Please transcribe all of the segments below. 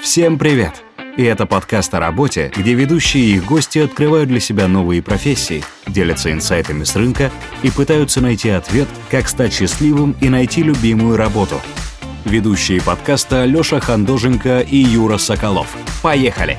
Всем привет! И это подкаст о работе, где ведущие и их гости открывают для себя новые профессии, делятся инсайтами с рынка и пытаются найти ответ, как стать счастливым и найти любимую работу. Ведущие подкаста Леша Хандоженко и Юра Соколов. Поехали!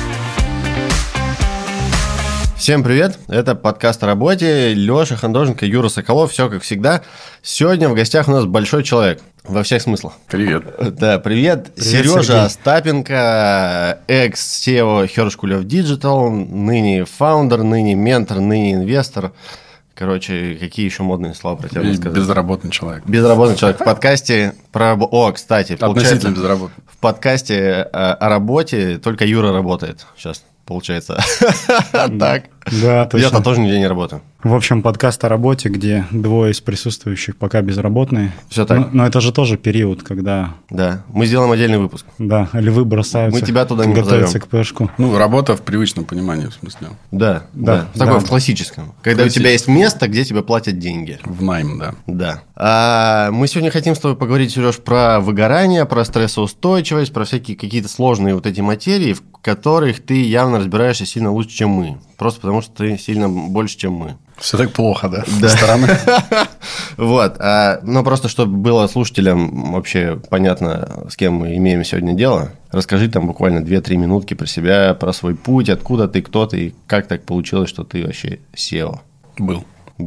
Всем привет, это подкаст о работе, Леша Хандоженко, Юра Соколов, все как всегда. Сегодня в гостях у нас большой человек, во всех смыслах. Привет. Да, привет Сережа Сергей Остапенко, экс-SEO Hersh School of Digital, ныне фаундер, ныне ментор, ныне инвестор. Короче, какие еще модные слова про тебя сказать? Безработный человек. Безработный человек в подкасте про... О, кстати, относительно безработный. В подкасте о работе только Юра работает сейчас. Получается. Так. Да, точно. Я-то тоже нигде не работаю. В общем, подкаст о работе, где двое из присутствующих пока безработные. Все так. Но это же тоже период, когда... Да, мы сделаем отдельный выпуск. Да, львы бросаются. Мы тебя туда не готовятся позовем. к пешку. Ну, работа в привычном понимании, в смысле. Да. В классическом. Когда у тебя есть место, где тебе платят деньги. В найм, да. Да. Мы сегодня хотим с тобой поговорить, Сереж, про выгорание, про стрессоустойчивость, про всякие какие-то сложные вот эти материи, в которых ты явно разбираешься сильно лучше, чем мы. Просто потому, что ты сильно больше, чем мы. Все так плохо, да? Да. Со стороны. Вот. Ну, просто, чтобы было слушателям вообще понятно, с кем мы имеем сегодня дело, расскажи там буквально 2-3 минутки про себя, про свой путь, откуда ты, кто ты, и как так получилось, что ты вообще SEO. Был.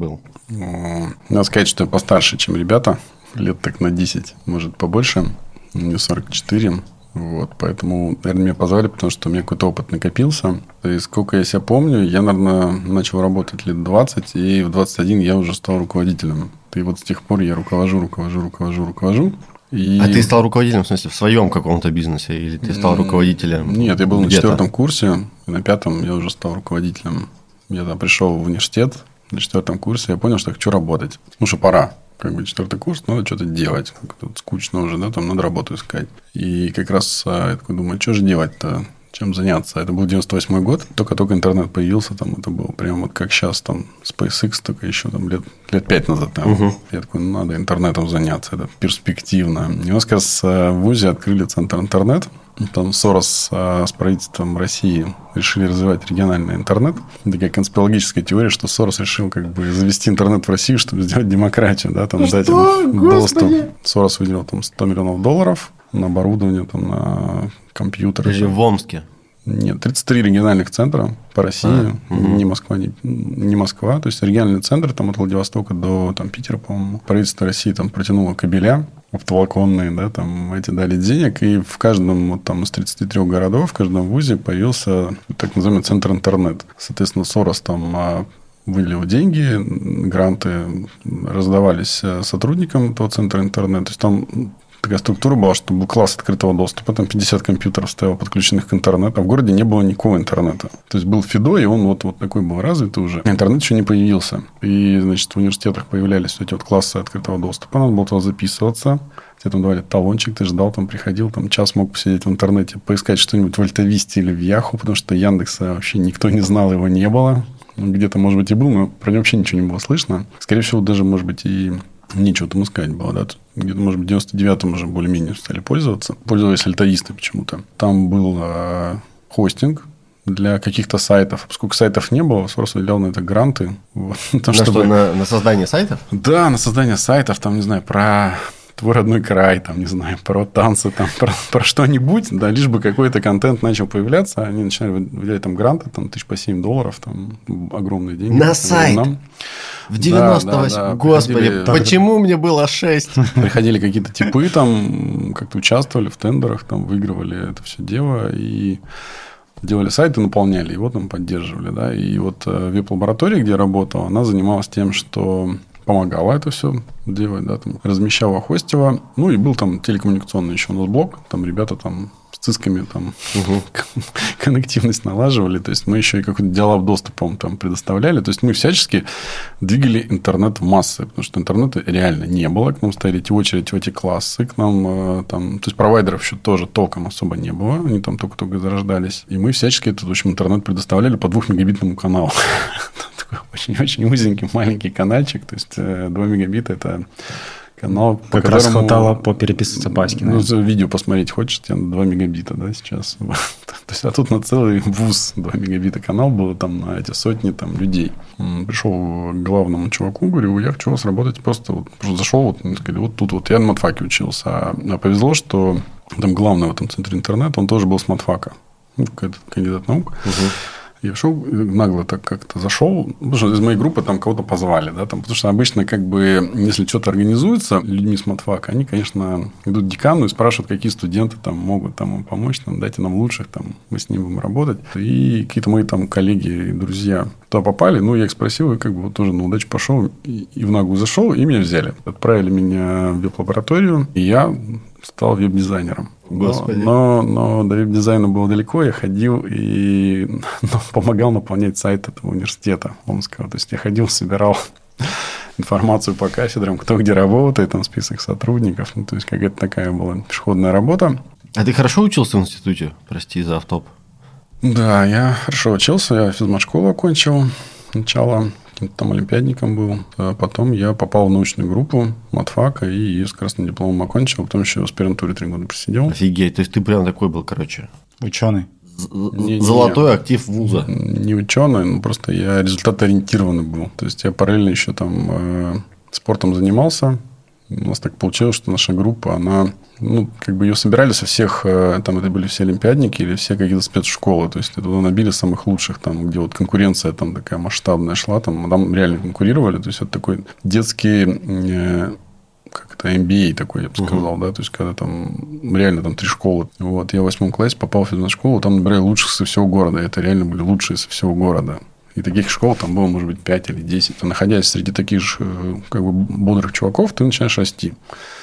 Надо сказать, что я постарше, чем ребята. Лет так на 10, может, побольше. Мне 44. Вот, поэтому, наверное, меня позвали, потому что у меня какой-то опыт накопился. И сколько я себя помню, я, наверное, начал работать лет 20, и в 21 я уже стал руководителем. И вот с тех пор я руковожу. И... А ты стал руководителем, в смысле, в своем каком-то бизнесе? Или ты стал руководителем? Нет, я был где-то? на 4 курсе, и на 5 я уже стал руководителем. Я там пришел в университет на 4 курсе, я понял, что я хочу работать. Ну, что пора. 4 курс, надо что-то делать. Как-то скучно уже, да, там надо работу искать. И как раз я такой думаю, что же делать-то? Чем заняться? Это был 98-й год, только-только интернет появился, там это было прям вот как сейчас, там, SpaceX, только еще там лет 5 назад. Там. Я такой, надо интернетом заняться, это перспективно. И у нас как раз в ВУЗе открыли центр интернет. Там Сорос с правительством России решили развивать региональный интернет. Такая конспирологическая теория, что Сорос решил как бы завести интернет в Россию, чтобы сделать демократию, да, там дать им доступ. Сорос выделил там $100 миллионов на оборудование, там, на компьютеры. Даже в Омске? Нет, 33 региональных центра по России, не Москва. То есть, региональный центр там, от Владивостока до там, Питера, по-моему. Правительство России там протянуло кабеля оптоволоконные, да, там эти дали денег, и в каждом вот, там, из 33 городов, в каждом вузе появился так называемый центр интернет. Соответственно, Сорос там выделил деньги, гранты раздавались сотрудникам этого центра интернет. То есть, там такая структура была, что был класс открытого доступа, там 50 компьютеров стояло подключенных к интернету, а в городе не было никакого интернета. То есть, был ФИДО, и он вот такой был развитый уже. Интернет еще не появился. И, значит, в университетах появлялись эти вот классы открытого доступа. Надо было туда записываться. Тебе там давали талончик, ты ждал, там приходил, там час мог посидеть в интернете, поискать что-нибудь в Альтависте или в Яху, потому что Яндекса вообще никто не знал, его не было. Где-то, может быть, и был, но про него вообще ничего не было слышно. Скорее всего, даже, может быть, и нечего там искать было, да. Где-то, может быть, в 99-м уже более-менее стали пользоваться. Пользовались альтаисты почему-то. Там был хостинг для каких-то сайтов. Поскольку сайтов не было, Сорос выделял на это гранты. Вот, на создание сайтов? Да, на создание сайтов, там, не знаю, про твой родной край, там, не знаю, про танцы, там, про что-нибудь, да, лишь бы какой-то контент начал появляться, они начинали выделять там гранты, там, $7 там, огромные деньги. На сайт? В 98-м. Господи, почему мне было 6? Приходили какие-то типы, там, как-то участвовали в тендерах, там, выигрывали это все дело, и делали сайты, наполняли, его там поддерживали, да, и вот веб-лаборатория, где я работал, она занималась тем, что помогала это все делать, да, там, размещала, хостила. Ну, и был там телекоммуникационный еще у нас блок, там ребята там с цисками там коннективность налаживали, то есть, мы еще и какой-то диалог доступом там предоставляли, то есть, мы всячески двигали интернет в массы, потому что интернета реально не было, к нам стояли эти очереди в эти классы, к нам там, то есть, провайдеров еще тоже толком особо не было, они там только-только зарождались, и мы всячески этот, в общем, интернет предоставляли по 2-мегабитному каналу. Очень-очень узенький, маленький канальчик, то есть 2 мегабита – это канал, как раз хватало попереписываться Паськиной. Ну, видео посмотреть хочешь, тебе 2 мегабита, да, сейчас. То есть, а тут на целый вуз 2 мегабита канал был, там, на эти сотни там, людей. Пришел к главному чуваку, говорю, я хочу у вас работать. Просто зашел, вот тут вот я на матфаке учился. А повезло, что там главный в этом центре интернета, он тоже был с матфака. Ну, какой-то кандидат наук. Я шел, нагло так как-то зашел, потому что из моей группы там кого-то позвали, да, там, потому что обычно, как бы, если что-то организуется людьми с матфака, они, конечно, идут к декану и спрашивают, какие студенты там могут там помочь, там, дайте нам лучших, там, мы с ним будем работать. И какие-то мои там коллеги и друзья туда попали, ну, я их спросил, и как бы вот тоже на удачу пошел, и в наглую зашел, и меня взяли. Отправили меня в веб-лабораторию, и я стал веб-дизайнером. Но до веб-дизайна было далеко. Я ходил и помогал наполнять сайт этого университета омского. То есть, я ходил, собирал информацию по кафедрам, кто где работает, там список сотрудников. Ну, то есть, какая-то такая была пешеходная работа. А ты хорошо учился в институте? Прости за автоп. Да, я хорошо учился. Я физмат-школу окончил сначала. Каким-то там олимпиадником был. А потом я попал в научную группу матфака и ее с красным дипломом окончил. Потом еще в аспирантуре 3 года просидел. Офигеть. То есть, ты прям такой был, короче. Ученый. Золотой актив вуза. Не ученый, но просто я результат-ориентированный был. То есть, я параллельно еще там спортом занимался. У нас так получилось, что наша группа, она, ну, как бы ее собирали со всех, там это были все олимпиадники или все какие-то спецшколы. То есть, туда набили самых лучших, там, где вот конкуренция там такая масштабная шла, там реально конкурировали. То есть, это такой детский, как это, MBA такой, я бы сказал, да. То есть, когда там реально там 3 школы. Вот, я в 8 классе попал в физмат-школу, там набирали лучших со всего города. Это реально были лучшие со всего города. И таких школ там было, может быть, 5 или 10. И находясь среди таких же как бы бодрых чуваков, ты начинаешь расти.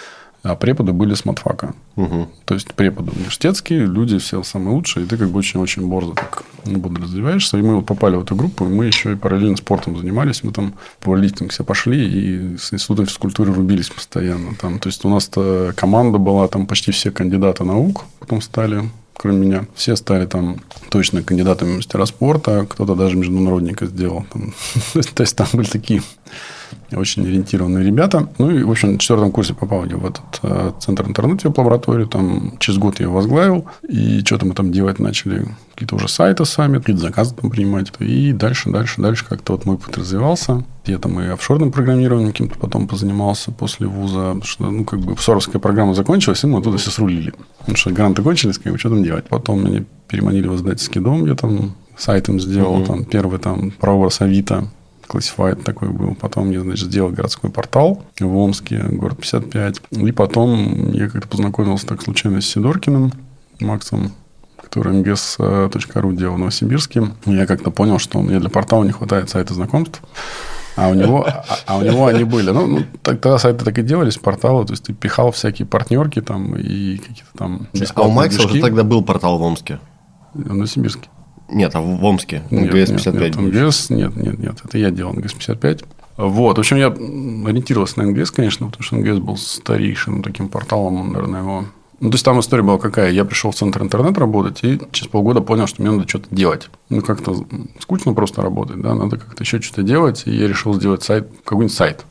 А преподы были с матфака. То есть, преподы университетские, люди все самые лучшие, и ты как бы очень-очень борзо так бодро развиваешься. И мы вот попали в эту группу, и мы еще и параллельно спортом занимались. Мы там в пауэрлифтинг все пошли, и с институтом физкультуры рубились постоянно. Там, то есть, у нас команда была, там почти все кандидаты наук потом стали, кроме меня. Все стали там точно кандидатами в мастера спорта. Кто-то даже международника сделал. Там. То есть, там были такие очень ориентированные ребята. Ну, и, в общем, на 4 курсе попал я в этот центр интернет-веб-лабораторию. Там через год я его возглавил. И что-то мы там делать начали. Какие-то уже сайты сами, какие-то заказы там принимать. И дальше как-то вот мой путь развивался. Я там и офшорным программированием каким-то потом позанимался после вуза. Потому что, ну, как бы ПСОРовская программа закончилась, и мы оттуда все срулили. Потому что гранты кончились, как бы, что там делать. Потом меня переманили в издательский дом. Я там сайт им сделал. Там первый там про образ Авито. Classified такой был. Потом я, значит, сделал городской портал в Омске, город 55. И потом я как-то познакомился так случайно с Сидоркиным Максом, который mgs.ru делал в Новосибирске. И я как-то понял, что мне для портала не хватает сайта знакомств. А у него они были. Ну, тогда сайты так и делались, порталы. То есть, ты пихал всякие партнерки там и какие-то там... А у Макса уже тогда был портал в Омске? В Новосибирске. Нет, а в Омске? МГС-55. Нет. Это я делал МГС-55. Вот. В общем, я ориентировался на МГС, конечно, потому что МГС был старейшим таким порталом, наверное, его... Ну, то есть, там история была какая. Я пришел в центр интернет работать, и через полгода понял, что мне надо что-то делать. Ну, как-то скучно просто работать, да, надо как-то еще что-то делать. И я решил сделать сайт, какой-нибудь сайт.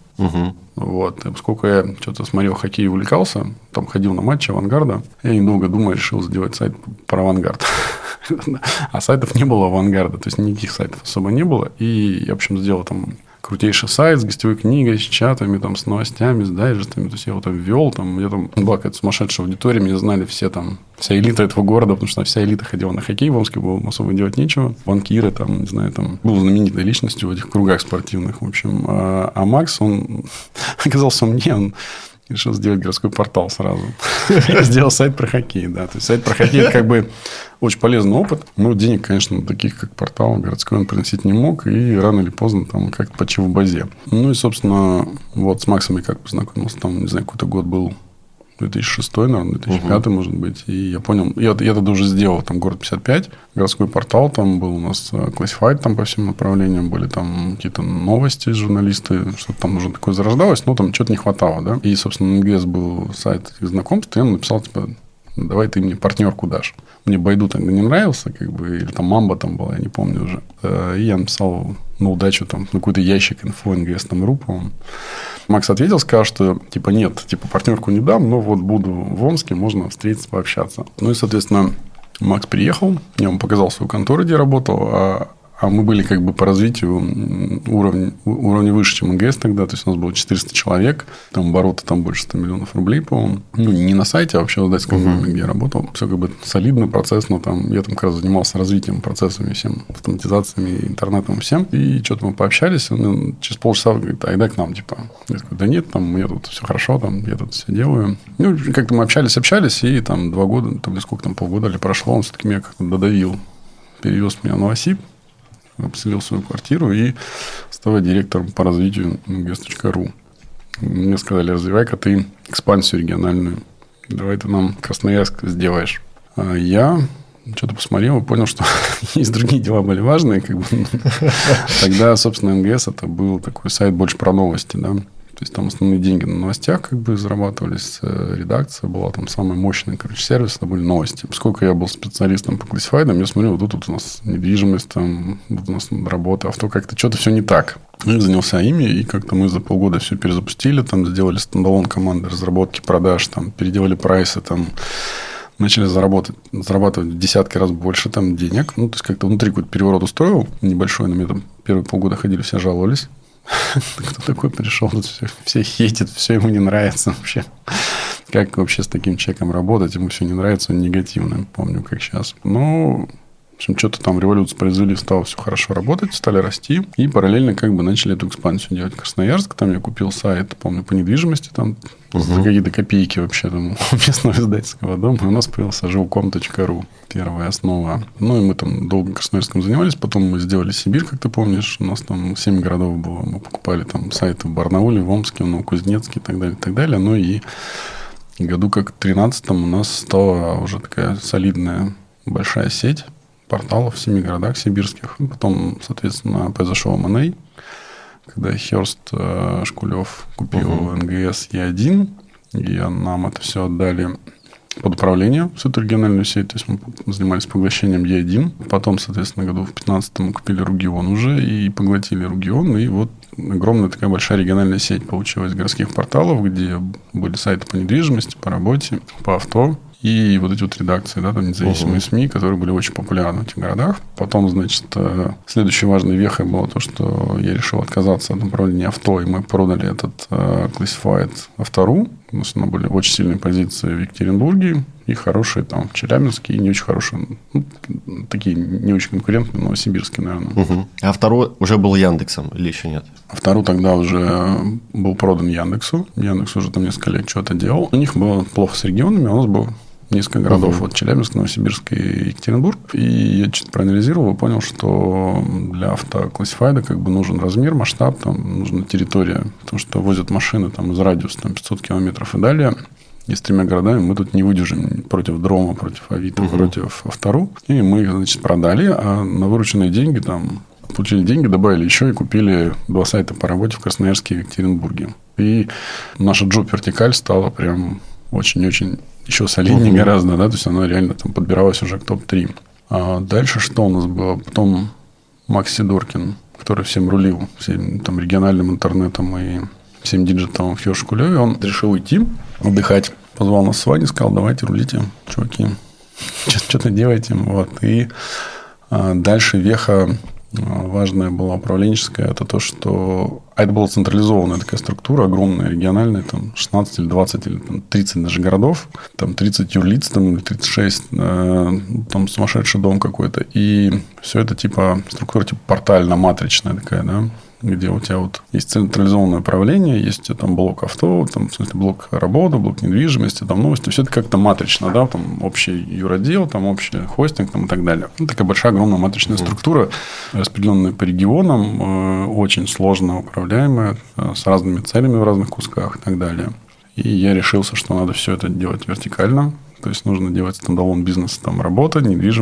Вот. И поскольку я что-то смотрел хоккей и увлекался, там ходил на матчи «Авангарда», я, недолго думая, решил сделать сайт про «Авангард». А сайтов не было «Авангарда», то есть, никаких сайтов особо не было. И я, в общем, сделал там крутейший сайт с гостевой книгой, с чатами, там, с новостями, с дайджестами. То есть, я его там ввел, там, у меня там была какая-то сумасшедшая аудитория, меня знали все там, вся элита этого города, потому что вся элита ходила на хоккей, в Омске было особо делать нечего. Банкиры, там, не знаю, там, был знаменитой личностью в этих кругах спортивных, в общем. А Макс, он оказался мне, он решил сделать городской портал сразу. Сделал сайт про хоккей, да. То есть, сайт про хоккей – это как бы очень полезный опыт. Но денег, конечно, таких, как портал городской, он приносить не мог. И рано или поздно там как-то почти в базе. Ну, и, собственно, вот с Максом я как познакомился. Там, не знаю, какой-то год был 2006, наверное, 2005, может быть. И я понял, я тогда уже сделал там город 55, городской портал, там был у нас Classified там по всем направлениям, были там какие-то новости, журналисты, что-то там уже такое зарождалось, но там что-то не хватало, да. И, собственно, на МГС был сайт знакомств, и я написал, типа, давай ты мне партнерку дашь. Мне Байду тогда не нравился, как бы, или там Мамба там была, я не помню уже. И я написал на удачу там на какой-то ящик инфо НГС там РУ, по-моему. Макс ответил, сказал, что типа нет, типа партнерку не дам, но вот буду в Омске, можно встретиться, пообщаться. Ну и, соответственно, Макс приехал, я ему показал свою контору, где работал, а мы были как бы по развитию уровня выше, чем НГС тогда. То есть, у нас было 400 человек. Там обороты там больше 100 миллионов рублей, по-моему. Ну, не на сайте, а вообще в издательском доме, где я работал. Все как бы солидно, процессно. Там, я там как раз занимался развитием, процессами всем, автоматизациями, интернетом всем. И что-то мы пообщались. Он через полчаса говорит, айда к нам, типа. Я такой, да нет, там, мне тут все хорошо, там, я тут все делаю. Ну, как-то мы общались, и там 2 года, там, сколько там, полгода или прошло, он все-таки меня как-то додавил. Перевез меня в Новосиб. Обселил свою квартиру и стал директором по развитию нгс.ру. Мне сказали, развивай-ка ты экспансию региональную. Давай ты нам Красноярск сделаешь. А я что-то посмотрел и понял, что есть другие дела были важные. Как бы. Тогда, собственно, НГС это был такой сайт больше про новости, да. То есть, там основные деньги на новостях как бы зарабатывались. Редакция была там самый мощный, сервис. Это были новости. Поскольку я был специалистом по классифайдам, я смотрел, вот тут у нас недвижимость, там, вот у нас работа, авто, как-то что-то все не так. Я занялся ими, и как-то мы за полгода все перезапустили. Там сделали стендалон команды разработки, продаж, там, переделали прайсы, там, начали зарабатывать в десятки раз больше там денег. Ну, то есть, как-то внутри какой-то переворот устроил небольшой. На меня там первые полгода ходили, все жаловались. Кто такой пришел, тут все хейтит, все ему не нравится вообще. Как вообще с таким человеком работать? Ему все не нравится, он негативный. Помню, как сейчас. Ну, в общем, что-то там революцию произвели, стало все хорошо работать, стали расти. И параллельно как бы начали эту экспансию делать в Красноярск. Там я купил сайт, помню, по недвижимости. Там за какие-то копейки вообще там, у местного издательского дома. И у нас появился жилком.ру. Первая основа. Ну, и мы там долго Красноярском занимались. Потом мы сделали Сибирь, как ты помнишь. У нас там 7 городов было. Мы покупали там сайты в Барнауле, в Омске, в Новокузнецке и так далее, и так далее. Ну, и году как в 2013-м у нас стала уже такая солидная большая сеть порталов в 7 городах сибирских. Потом, соответственно, произошел M&A, когда Херст Шкулев купил НГС Е1, и нам это все отдали под управление, всю эту региональную сеть. То есть, мы занимались поглощением Е1. Потом, соответственно, году в 2015 мы купили Ругион уже и поглотили Ругион. И вот огромная такая большая региональная сеть получилась городских порталов, где были сайты по недвижимости, по работе, по авто. И вот эти вот редакции, да, там независимые СМИ, которые были очень популярны в этих городах. Потом, значит, следующей важной вехой было то, что я решил отказаться от направления авто, и мы продали этот Classified Автору. У нас были очень сильные позиции в Екатеринбурге и хорошие там в Челябинске, и не очень хорошие, ну, такие не очень конкурентные, но новосибирские, наверное. А Автору уже был Яндексом или еще нет? Автору тогда уже был продан Яндексу. Яндекс уже там несколько лет что-то делал. У них было плохо с регионами, а у нас было несколько городов, вот Челябинск, Новосибирск и Екатеринбург. И я что-то проанализировал и понял, что для автоклассифайда как бы нужен размер, масштаб, там нужна территория, потому что возят машины там из радиуса там, 500 километров и далее. И с 3 городами мы тут не выдержим против Дрома, против Авито, против Автору. И мы их, значит, продали, а на вырученные деньги там получили деньги, добавили еще и купили 2 сайта по работе в Красноярске и Екатеринбурге. И наша джоб-вертикаль стала прям очень-очень еще солиднее гораздо, да, то есть она реально там подбиралась уже к топ-3. А дальше что у нас было? Потом Макс Сидоркин, который всем рулил, всем там региональным интернетом и всем диджиталом в Хершкулеве, он решил уйти, отдыхать. Позвал нас с Ваней, сказал, давайте рулите, чуваки, что-то делайте. Вот. И дальше веха важная была управленческая, это то, что... А это была централизованная такая структура, огромная, региональная, там 16 или 20 или там, 30 даже городов, там 30 юрлиц, там, или 36, там сумасшедший дом какой-то. И все это типа структура типа портально-матричная такая, да, где у тебя вот есть централизованное управление, есть у тебя там блок авто, там, в смысле, блок работы, блок недвижимости, там новости, все это как-то матрично, да, там общий юротдел, там общий хостинг там, и так далее. Ну, такая большая, огромная матричная структура, распределенная по регионам, очень сложно управляемая, с разными целями в разных кусках и так далее. И я решился, что надо все это делать вертикально. То есть, нужно делать стендалон бизнес, там, работа, недвижимость,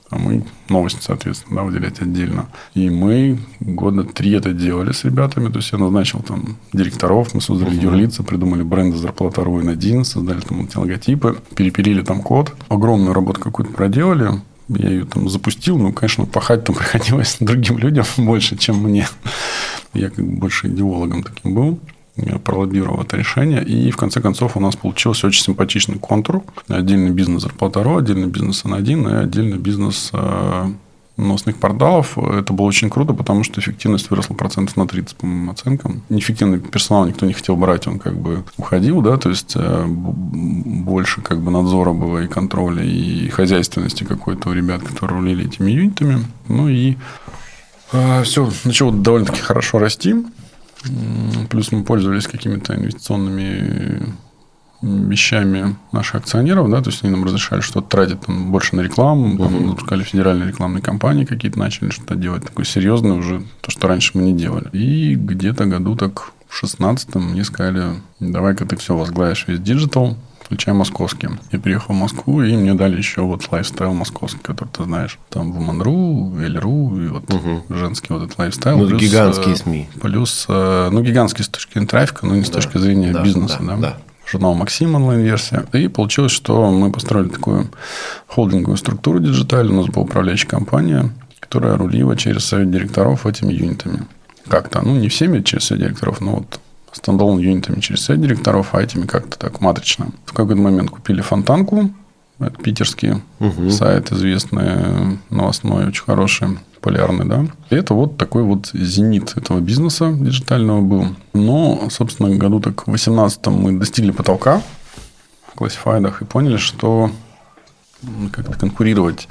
а мы новости, соответственно, выделять отдельно. И мы года 3 это делали с ребятами. То есть, я назначил там директоров, мы создали юрлица, придумали бренды Зарплата.ру и 1, создали там эти логотипы, перепилили там код. Огромную работу какую-то проделали. Я ее там запустил, но, конечно, пахать там приходилось другим людям больше, чем мне. Я как бы больше идеологом таким был. Я пролоббировал это решение. И, в конце концов, у нас получился очень симпатичный контур. Отдельный бизнес Зарплата.ру, отдельный бизнес N1 и отдельный бизнес новостных порталов. Это было очень круто, потому что эффективность выросла процентов на 30, по моим оценкам. Неэффективный персонал никто не хотел брать, он как бы уходил, да, то есть больше как бы надзора было и контроля, и хозяйственности какой-то у ребят, которые рулили этими юнитами. Ну и все начало довольно-таки хорошо расти. Плюс мы пользовались какими-то инвестиционными вещами наших акционеров, да, то есть они нам разрешали что-то тратить там, больше на рекламу, там, запускали федеральные рекламные кампании какие-то, начали что-то делать такое серьезное уже, то, что раньше мы не делали. И где-то году так в 16-м мне сказали, давай-ка ты все возглавишь весь диджитал, включая московский. Я переехал в Москву, и мне дали еще вот лайфстайл московский, который ты знаешь. Там Woman.ru, Эль.ру, и вот женский вот этот лайфстайл. Ну, плюс, гигантские СМИ. Плюс, гигантские с точки зрения трафика, но не с точки зрения бизнеса. Да. Журнал «Максим» онлайн-версия. И получилось, что мы построили такую холдинговую структуру диджитальную. У нас была управляющая компания, которая рулила через совет директоров этими юнитами. Как-то, не всеми через совет директоров, но вот стендалон юнитами через совет директоров, а этими как-то так матрично. В какой-то момент купили Фонтанку. Это питерский сайт, известный, новостной, очень хороший, популярный, да. И это вот такой вот зенит этого бизнеса диджитального был. Но, собственно, году так в 18-м мы достигли потолка в классифайдах и поняли, что как-то конкурировать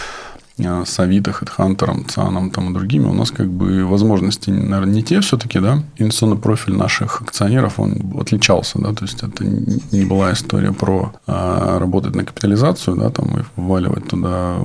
с Авито, HeadHunter, ЦИАНом там, и другими, у нас как бы возможности, наверное, не те все-таки, да. Инвестиционный профиль наших акционеров, он отличался, да, то есть это не была история про работать на капитализацию, да, там, и вваливать туда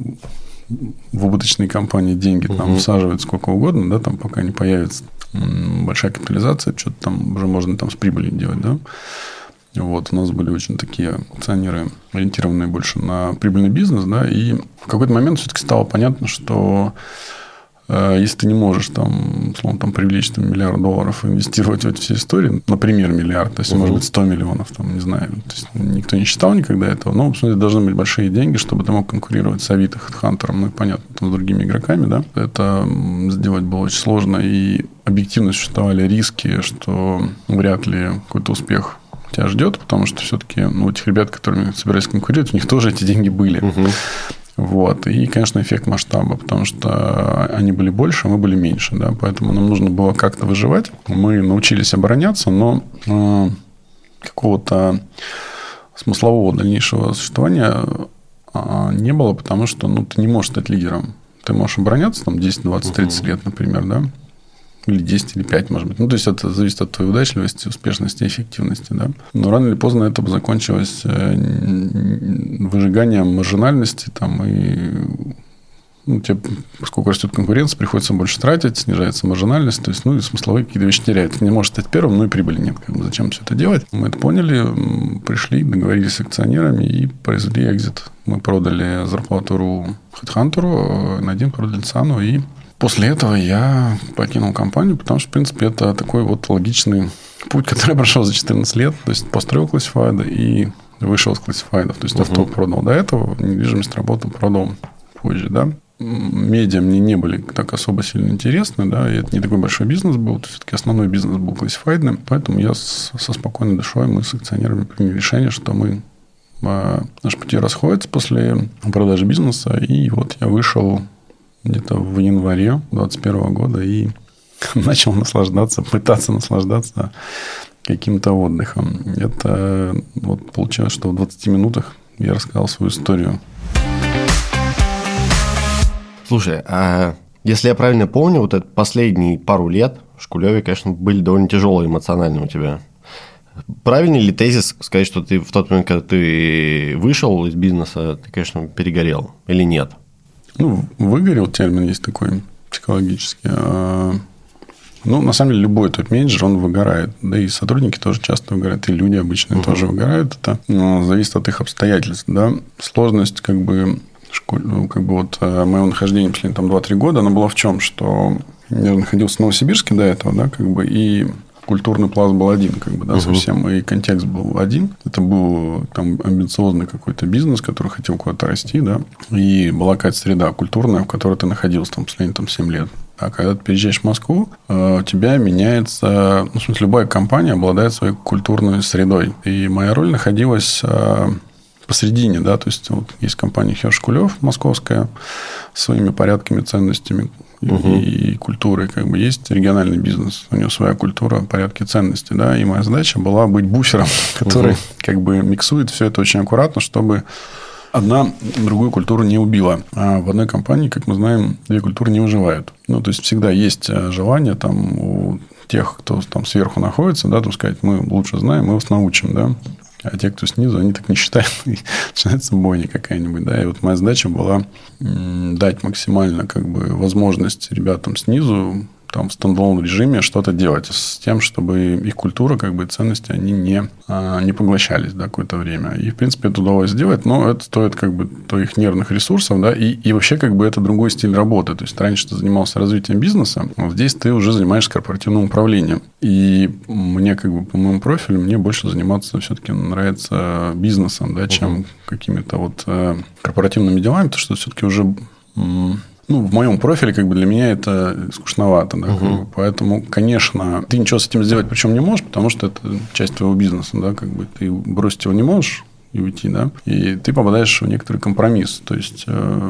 в убыточные компании деньги, там, всаживать сколько угодно, да, там, пока не появится большая капитализация, что-то там уже можно там с прибылью делать, да. Вот, у нас были очень такие акционеры, ориентированные больше на прибыльный бизнес, да, и в какой-то момент все-таки стало понятно, что если ты не можешь там, условно, там, привлечь там, $1 миллиард и инвестировать в эти все истории, например, миллиард, то есть, может быть, 100 миллионов, там, не знаю, то есть, никто не считал никогда этого, но, в смысле, должны быть большие деньги, чтобы ты мог конкурировать с Авито, HeadHunter, ну, и, понятно, там, с другими игроками, да, это сделать было очень сложно, и объективно существовали риски, что вряд ли какой-то успех тебя ждет, потому что все-таки у этих ребят, которыми собирались конкурировать, у них тоже эти деньги были. Вот. И, конечно, эффект масштаба, потому что они были больше, а мы были меньше. Да? Поэтому нам нужно было как-то выживать. Мы научились обороняться, но какого-то смыслового дальнейшего существования не было, потому что ты не можешь стать лидером. Ты можешь обороняться там, 10, 20, 30 лет, например, да? Или 10, или 5, может быть. То есть, это зависит от твоей удачливости, успешности, эффективности. Да? Но рано или поздно это бы закончилось выжиганием маржинальности. Там, и тебе, поскольку растет конкуренция, приходится больше тратить, снижается маржинальность. То есть, и смысловые какие-то вещи теряют. Ты не можешь стать первым, и прибыли нет. Зачем все это делать? Мы это поняли, пришли, договорились с акционерами и произвели экзит. Мы продали Зарплату.ру HeadHunter, N1 продали ЦИАНу, и после этого я покинул компанию, потому что, в принципе, это такой вот логичный путь, который я прошел за 14 лет. То есть, построил классифайды и вышел из классифайдов. То есть, авто продал до этого, недвижимость работал, продал позже, да. Медиа мне не были так особо сильно интересны, да, и это не такой большой бизнес был, то есть, все-таки основной бизнес был классифайдным, поэтому я со спокойной душой, мы с акционерами приняли решение, что наши пути расходятся после продажи бизнеса, и вот я вышел где-то в январе 2021 года и начал пытаться наслаждаться каким-то отдыхом. Это вот получилось, что в 20 минутах я рассказал свою историю. Слушай, а если я правильно помню, вот это последние пару лет в Шкулеве, конечно, были довольно тяжелые эмоционально у тебя. Правильный ли тезис сказать, что ты в тот момент, когда ты вышел из бизнеса, ты, конечно, перегорел или нет? Выгорел термин есть такой психологический. На самом деле, любой топ-менеджер, он выгорает. Да и сотрудники тоже часто выгорают, и люди обычные тоже выгорают. Это зависит от их обстоятельств. Да? Сложность Мое нахождение последние там 2-3 года, оно было в чем? Что я находился в Новосибирске до этого, да, как бы, и культурный пласт был один, как бы, да, совсем, и контекст был один. Это был там амбициозный какой-то бизнес, который хотел куда-то расти, да, и была какая-то среда культурная, в которой ты находился там последние там 7 лет. А когда ты переезжаешь в Москву, у тебя меняется... Ну, в смысле, любая компания обладает своей культурной средой. И моя роль находилась посредине, да, то есть вот есть компания Хершкулев московская с своими порядками, ценностями и культурой, как бы есть региональный бизнес, у него своя культура, порядки, ценности, да, и моя задача была быть буфером, который как бы миксует все это очень аккуратно, чтобы одна другую культуру не убила. А в одной компании, как мы знаем, две культуры не выживают. Ну, то есть всегда есть желание там у тех, кто там сверху находится, да, там сказать, мы лучше знаем, мы вас научим, да. А те, кто снизу, они так не считают. И начинается бойня какая-нибудь. Да? И вот моя задача была дать максимально как бы, возможность ребятам снизу там, в стендалон режиме что-то делать с тем, чтобы их культура, как бы, ценности, они не поглощались, да, какое-то время. И, в принципе, это удалось сделать, но это стоит как бы твоих нервных ресурсов, да, и вообще как бы это другой стиль работы. То есть, раньше ты занимался развитием бизнеса, а здесь ты уже занимаешься корпоративным управлением. И мне, как бы, по моему профилю, мне больше заниматься все-таки нравится бизнесом, да, чем какими-то вот корпоративными делами, потому что все-таки уже... Ну, в моем профиле, как бы, для меня это скучновато. Да, как бы. Поэтому, конечно, ты ничего с этим сделать причем не можешь, потому что это часть твоего бизнеса. Да, как бы, ты бросить его не можешь и уйти, да, и ты попадаешь в некоторый компромисс. То есть,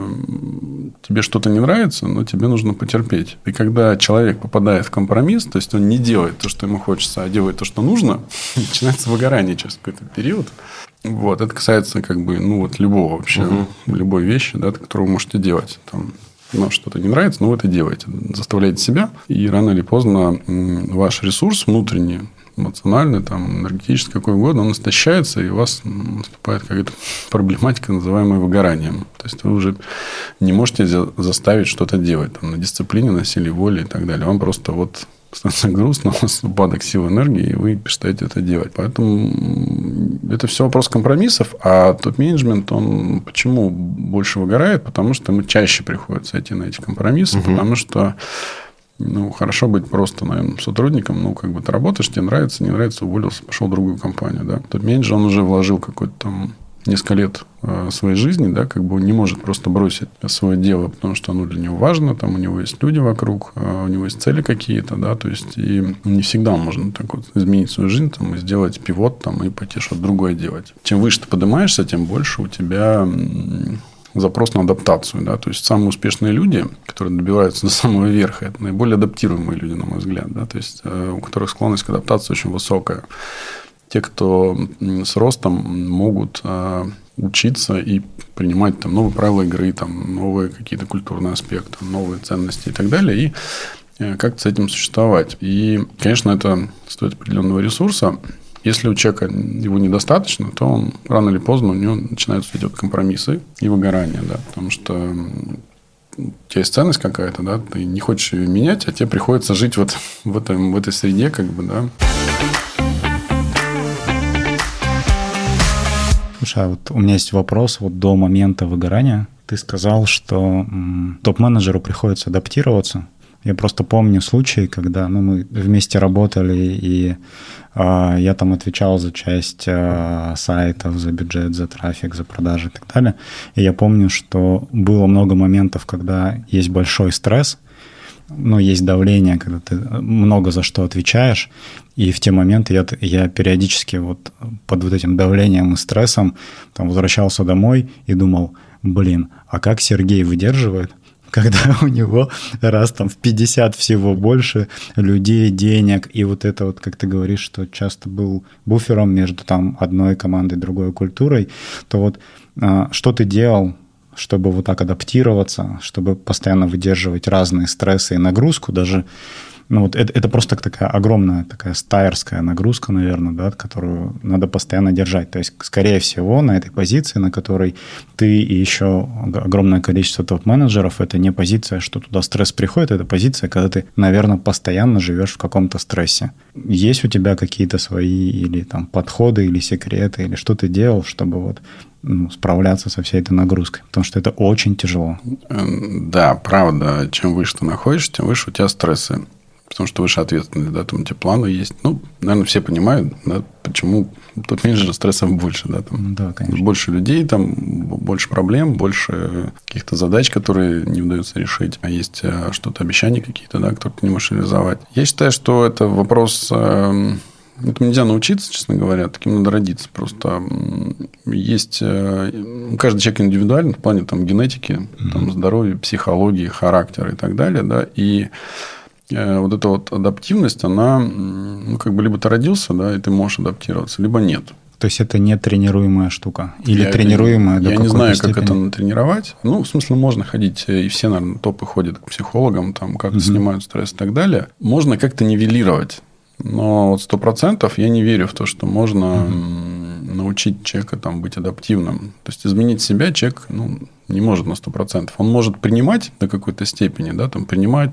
тебе что-то не нравится, но тебе нужно потерпеть. И когда человек попадает в компромисс, то есть, он не делает то, что ему хочется, а делает то, что нужно, начинается выгорание через какой-то период. Вот, это касается, как бы, ну, вот любого вообще, любой вещи, да, которую вы можете делать. Там, но что-то не нравится, но вы это делаете. Заставляете себя, и рано или поздно ваш ресурс внутренний, эмоциональный, там, энергетический, какой угодно, он истощается, и у вас наступает какая-то проблематика, называемая выгоранием. То есть, вы уже не можете заставить что-то делать там, на дисциплине, на силе воли и так далее. Вам просто вот становится грустно, у вас упадок сил энергии, и вы перестаете это делать. Поэтому это все вопрос компромиссов. А топ-менеджмент, он почему больше выгорает? Потому что ему чаще приходится идти на эти компромиссы, потому что ну, хорошо быть просто, наверное, сотрудником. Ну, как бы ты работаешь, тебе нравится, не нравится, уволился, пошел в другую компанию. Да? Топ-менеджер, он уже вложил какой-то там несколько лет своей жизни, да, как бы он не может просто бросить свое дело, потому что оно для него важно, там у него есть люди вокруг, у него есть цели какие-то, да, то есть, и не всегда можно так вот изменить свою жизнь, там, и сделать пивот, там, и пойти что-то другое делать. Чем выше ты поднимаешься, тем больше у тебя запрос на адаптацию, да, то есть, самые успешные люди, которые добиваются до самого верха, это наиболее адаптируемые люди, на мой взгляд, да, то есть, у которых склонность к адаптации очень высокая. Те, кто с ростом могут учиться и принимать там, новые правила игры, там, новые какие-то культурные аспекты, новые ценности и так далее, и как-то с этим существовать. И, конечно, это стоит определенного ресурса. Если у человека его недостаточно, то он рано или поздно у него начинаются эти вот компромиссы и выгорания, да, потому что у тебя есть ценность какая-то, да, ты не хочешь ее менять, а тебе приходится жить вот в этой среде, как бы, да. Слушай, а вот у меня есть вопрос вот до момента выгорания. Ты сказал, что топ-менеджеру приходится адаптироваться. Я просто помню случай, когда мы вместе работали, и я там отвечал за часть сайтов, за бюджет, за трафик, за продажи и так далее. И я помню, что было много моментов, когда есть большой стресс, есть давление, когда ты много за что отвечаешь, и в те моменты я периодически вот под вот этим давлением и стрессом там возвращался домой и думал, а как Сергей выдерживает, когда у него раз там в 50 всего больше людей, денег, и вот это вот, как ты говоришь, что часто был буфером между там одной командой и другой культурой, то вот что ты делал, чтобы вот так адаптироваться, чтобы постоянно выдерживать разные стрессы и нагрузку, даже, это просто такая огромная, такая стайерская нагрузка, наверное, да, которую надо постоянно держать. То есть, скорее всего, на этой позиции, на которой ты и еще огромное количество топ-менеджеров, это не позиция, что туда стресс приходит, это позиция, когда ты, наверное, постоянно живешь в каком-то стрессе. Есть у тебя какие-то свои или там подходы, или секреты, или что ты делал, чтобы вот справляться со всей этой нагрузкой? Потому что это очень тяжело. Да, правда. Чем выше ты находишься, тем выше у тебя стрессы. Потому что выше ответственность, да, там у тебя планы есть. Наверное, все понимают, да, почему топ-менеджера стрессов больше, да, там да, конечно. Больше людей, там больше проблем, больше каких-то задач, которые не удается решить, а есть что-то, обещания какие-то, да, которые ты не можешь реализовать. Я считаю, что это вопрос... Этому нельзя научиться, честно говоря, таким надо родиться. Просто есть... Каждый человек индивидуален в плане там, генетики, там, здоровья, психологии, характера и так далее, да, и вот эта вот адаптивность, она, либо ты родился, да, и ты можешь адаптироваться, либо нет. То есть, это не тренируемая штука? Или тренируемая до какой-то степени? Я не знаю, как это натренировать. В смысле, можно ходить, и все, наверное, топы ходят к психологам, там, как-то снимают стресс и так далее. Можно как-то нивелировать. Но 100% я не верю в то, что можно научить человека там, быть адаптивным. То есть, изменить себя человек не может на 100%. Он может принимать до какой-то степени, да, там, принимать,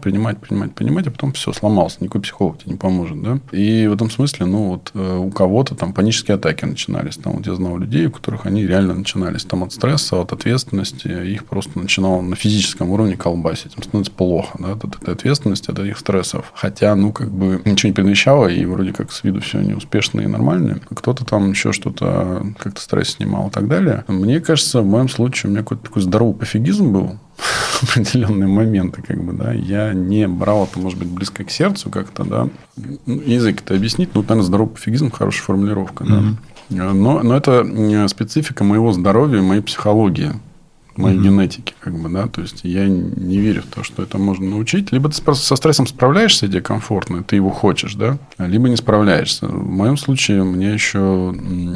а потом все, сломался. Никакой психолог тебе не поможет. Да? И в этом смысле, у кого-то там панические атаки начинались. Там, вот я знал людей, у которых они реально начинались там, от стресса, от ответственности. Их просто начинало на физическом уровне колбасить. Им становится плохо, да, от этой ответственности, от этих стрессов. Хотя, ничего не предвещало, и вроде как с виду все неуспешно и нормально. Кто-то там еще что-то как-то стресс снимал и так далее. Мне кажется, в моем случае у меня какой-то такой здоровый пофигизм был в определенные моменты, да, я не брал это, может быть, близко к сердцу как-то, да, язык это объяснить, наверное, здоровый пофигизм, хорошая формулировка, да, но это специфика моего здоровья, моей психологии, моей генетики, да, то есть, я не верю в то, что это можно научить, либо ты просто со стрессом справляешься, тебе комфортно, ты его хочешь, да, либо не справляешься. В моем случае, мне еще...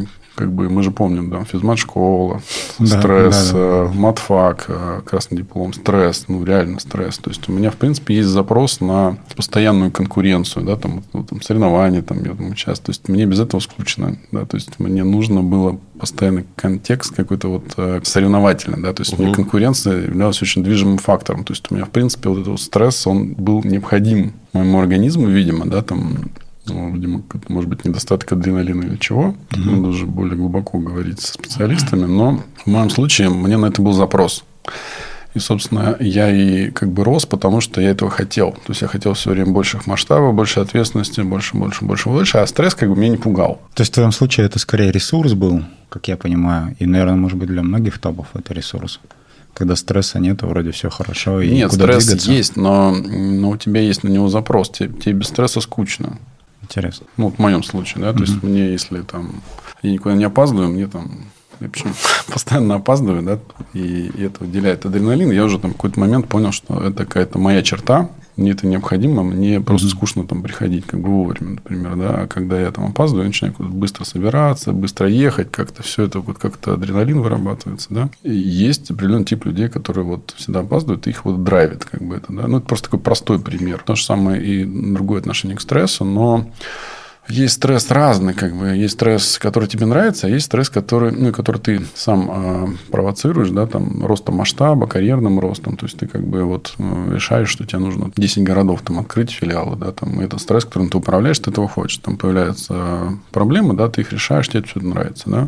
мы же помним, да, физмат-школа, стресс, матфак, красный диплом, стресс, реально стресс. То есть, у меня, в принципе, есть запрос на постоянную конкуренцию, да, там соревнования, там, я там участвую. То есть, мне без этого скучно, да, то есть, мне нужно было постоянный контекст какой-то соревновательный, да, то есть, мне конкуренция являлась очень движимым фактором. То есть, у меня, в принципе, вот этот стресс, он был необходим моему организму, видимо, да, там... видимо, может быть, недостаток адреналина или чего. Надо уже более глубоко говорить со специалистами. Но в моем случае мне на это был запрос. И, собственно, я и рос, потому что я этого хотел. То есть, я хотел все время больших масштабов, больше ответственности, больше. А стресс меня не пугал. То есть, в твоем случае это скорее ресурс был, как я понимаю. И, наверное, может быть, для многих топов это ресурс. Когда стресса нет, вроде все хорошо. И нет, куда стресс двигаться. есть, но у тебя есть на него запрос. Тебе без стресса скучно. Интересно. В моем случае, да. То есть, мне, если там я никуда не опаздываю, мне там... Я причем постоянно опаздываю, да, и это выделяет адреналин. Я уже там в какой-то момент понял, что это какая-то моя черта. Мне это необходимо, мне просто скучно там приходить вовремя, например, да. А когда я там опаздываю, я начинаю быстро собираться, быстро ехать, как-то все это как-то адреналин вырабатывается, да. И есть определенный тип людей, которые всегда опаздывают, и их драйвит, это, да. Это просто такой простой пример. То же самое и другое отношение к стрессу, но есть стресс разный, есть стресс, который тебе нравится, а есть стресс, который ты сам провоцируешь, да, там, ростом масштаба, карьерным ростом. То есть, ты решаешь, что тебе нужно 10 городов там открыть филиалы, да, там, это стресс, которым ты управляешь, ты этого хочешь. Там появляются проблемы, да, ты их решаешь, тебе все это нравится, да.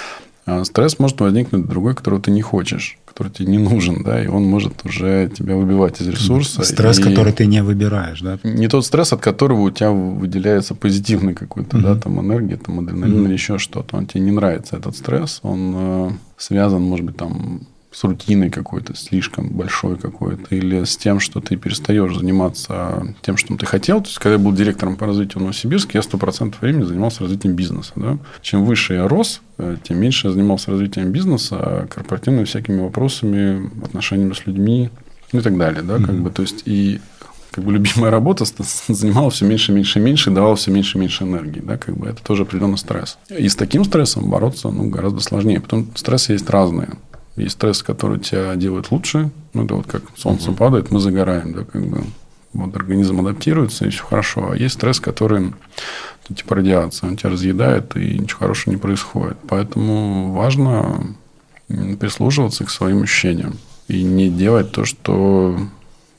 А стресс может возникнуть другой, которого ты не хочешь, который тебе не нужен, да, и он может уже тебя выбивать из ресурса. Стресс, который ты не выбираешь, да? Не тот стресс, от которого у тебя выделяется позитивный какой-то, да, там энергия, там адреналин или еще что-то. Он тебе не нравится, этот стресс, он связан, может быть, там с рутиной какой-то, слишком большой какой-то, или с тем, что ты перестаешь заниматься тем, что ты хотел. То есть, когда я был директором по развитию в Новосибирске, я 100% времени занимался развитием бизнеса. Да? Чем выше я рос, тем меньше я занимался развитием бизнеса, корпоративными всякими вопросами, отношениями с людьми и так далее. Да? То есть, и любимая работа занимала все меньше, и давала все меньше энергии. Да? Это тоже определенный стресс. И с таким стрессом бороться гораздо сложнее. Потом стрессы есть разные. Есть стресс, который тебя делает лучше. Это как солнце падает, мы загораем. Да, организм адаптируется, и все хорошо. А есть стресс, который типа радиация. Он тебя разъедает, и ничего хорошего не происходит. Поэтому важно прислушиваться к своим ощущениям. И не делать то, что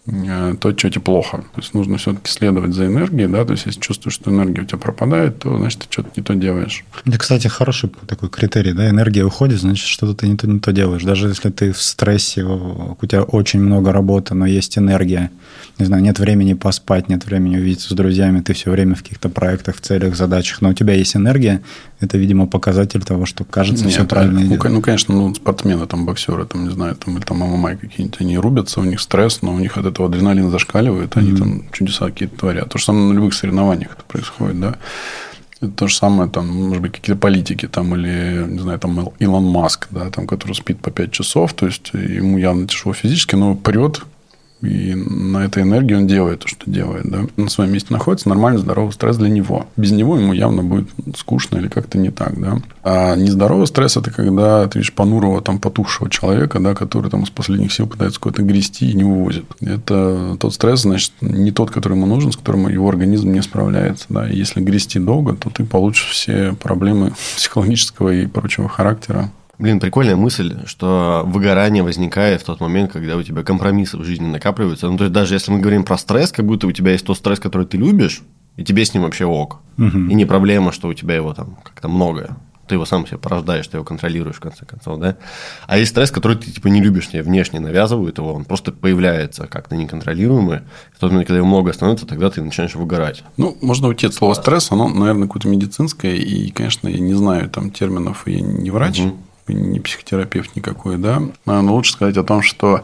то, что тебе плохо. То есть, нужно все-таки следовать за энергией, да, то есть, если чувствуешь, что энергия у тебя пропадает, то, значит, ты что-то не то делаешь. Это, кстати, хороший такой критерий, да, энергия уходит, значит, что-то ты не то делаешь. Даже если ты в стрессе, у тебя очень много работы, но есть энергия, не знаю, нет времени поспать, нет времени увидеться с друзьями, ты все время в каких-то проектах, в целях, задачах, но у тебя есть энергия, это, видимо, показатель того, что, кажется, все правильно идет. Ну, конечно, спортсмены, там, боксеры, там, не знаю, там, или там ММА какие-нибудь, они рубятся, у них стресс, но у них от этого адреналин зашкаливает, они там чудеса какие-то творят. То же самое на любых соревнованиях это происходит, да. Это то же самое, там, может быть, какие-то политики, там, или, не знаю, там, Илон Маск, да, там, который спит по 5 часов, то есть, ему явно тяжело физически, но прет, и на этой энергии он делает то, что делает, да. На своем месте находится нормальный, здоровый стресс для него. Без него ему явно будет скучно или как-то не так, да. А нездоровый стресс – это когда ты видишь понурого, там, потухшего человека, да, который там из последних сил пытается куда-то грести и не вывозит. Это тот стресс, значит, не тот, который ему нужен, с которым его организм не справляется, да. И если грести долго, то ты получишь все проблемы психологического и прочего характера. Блин, прикольная мысль, что выгорание возникает в тот момент, когда у тебя компромиссы в жизни накапливаются. Ну, то есть, даже если мы говорим про стресс, как будто у тебя есть тот стресс, который ты любишь, и тебе с ним вообще ок. И не проблема, что у тебя его там как-то много. Ты его сам себе порождаешь, ты его контролируешь, в конце концов, да? А есть стресс, который ты, типа, не любишь, тебе внешне навязывают его, он просто появляется как-то неконтролируемый. В тот момент, когда его много становится, тогда ты начинаешь выгорать. Ну, можно уйти от слова стресс, оно, наверное, какое-то медицинское, и, конечно, я не знаю там терминов, и я не врач, не психотерапевт никакой, да, но лучше сказать о том, что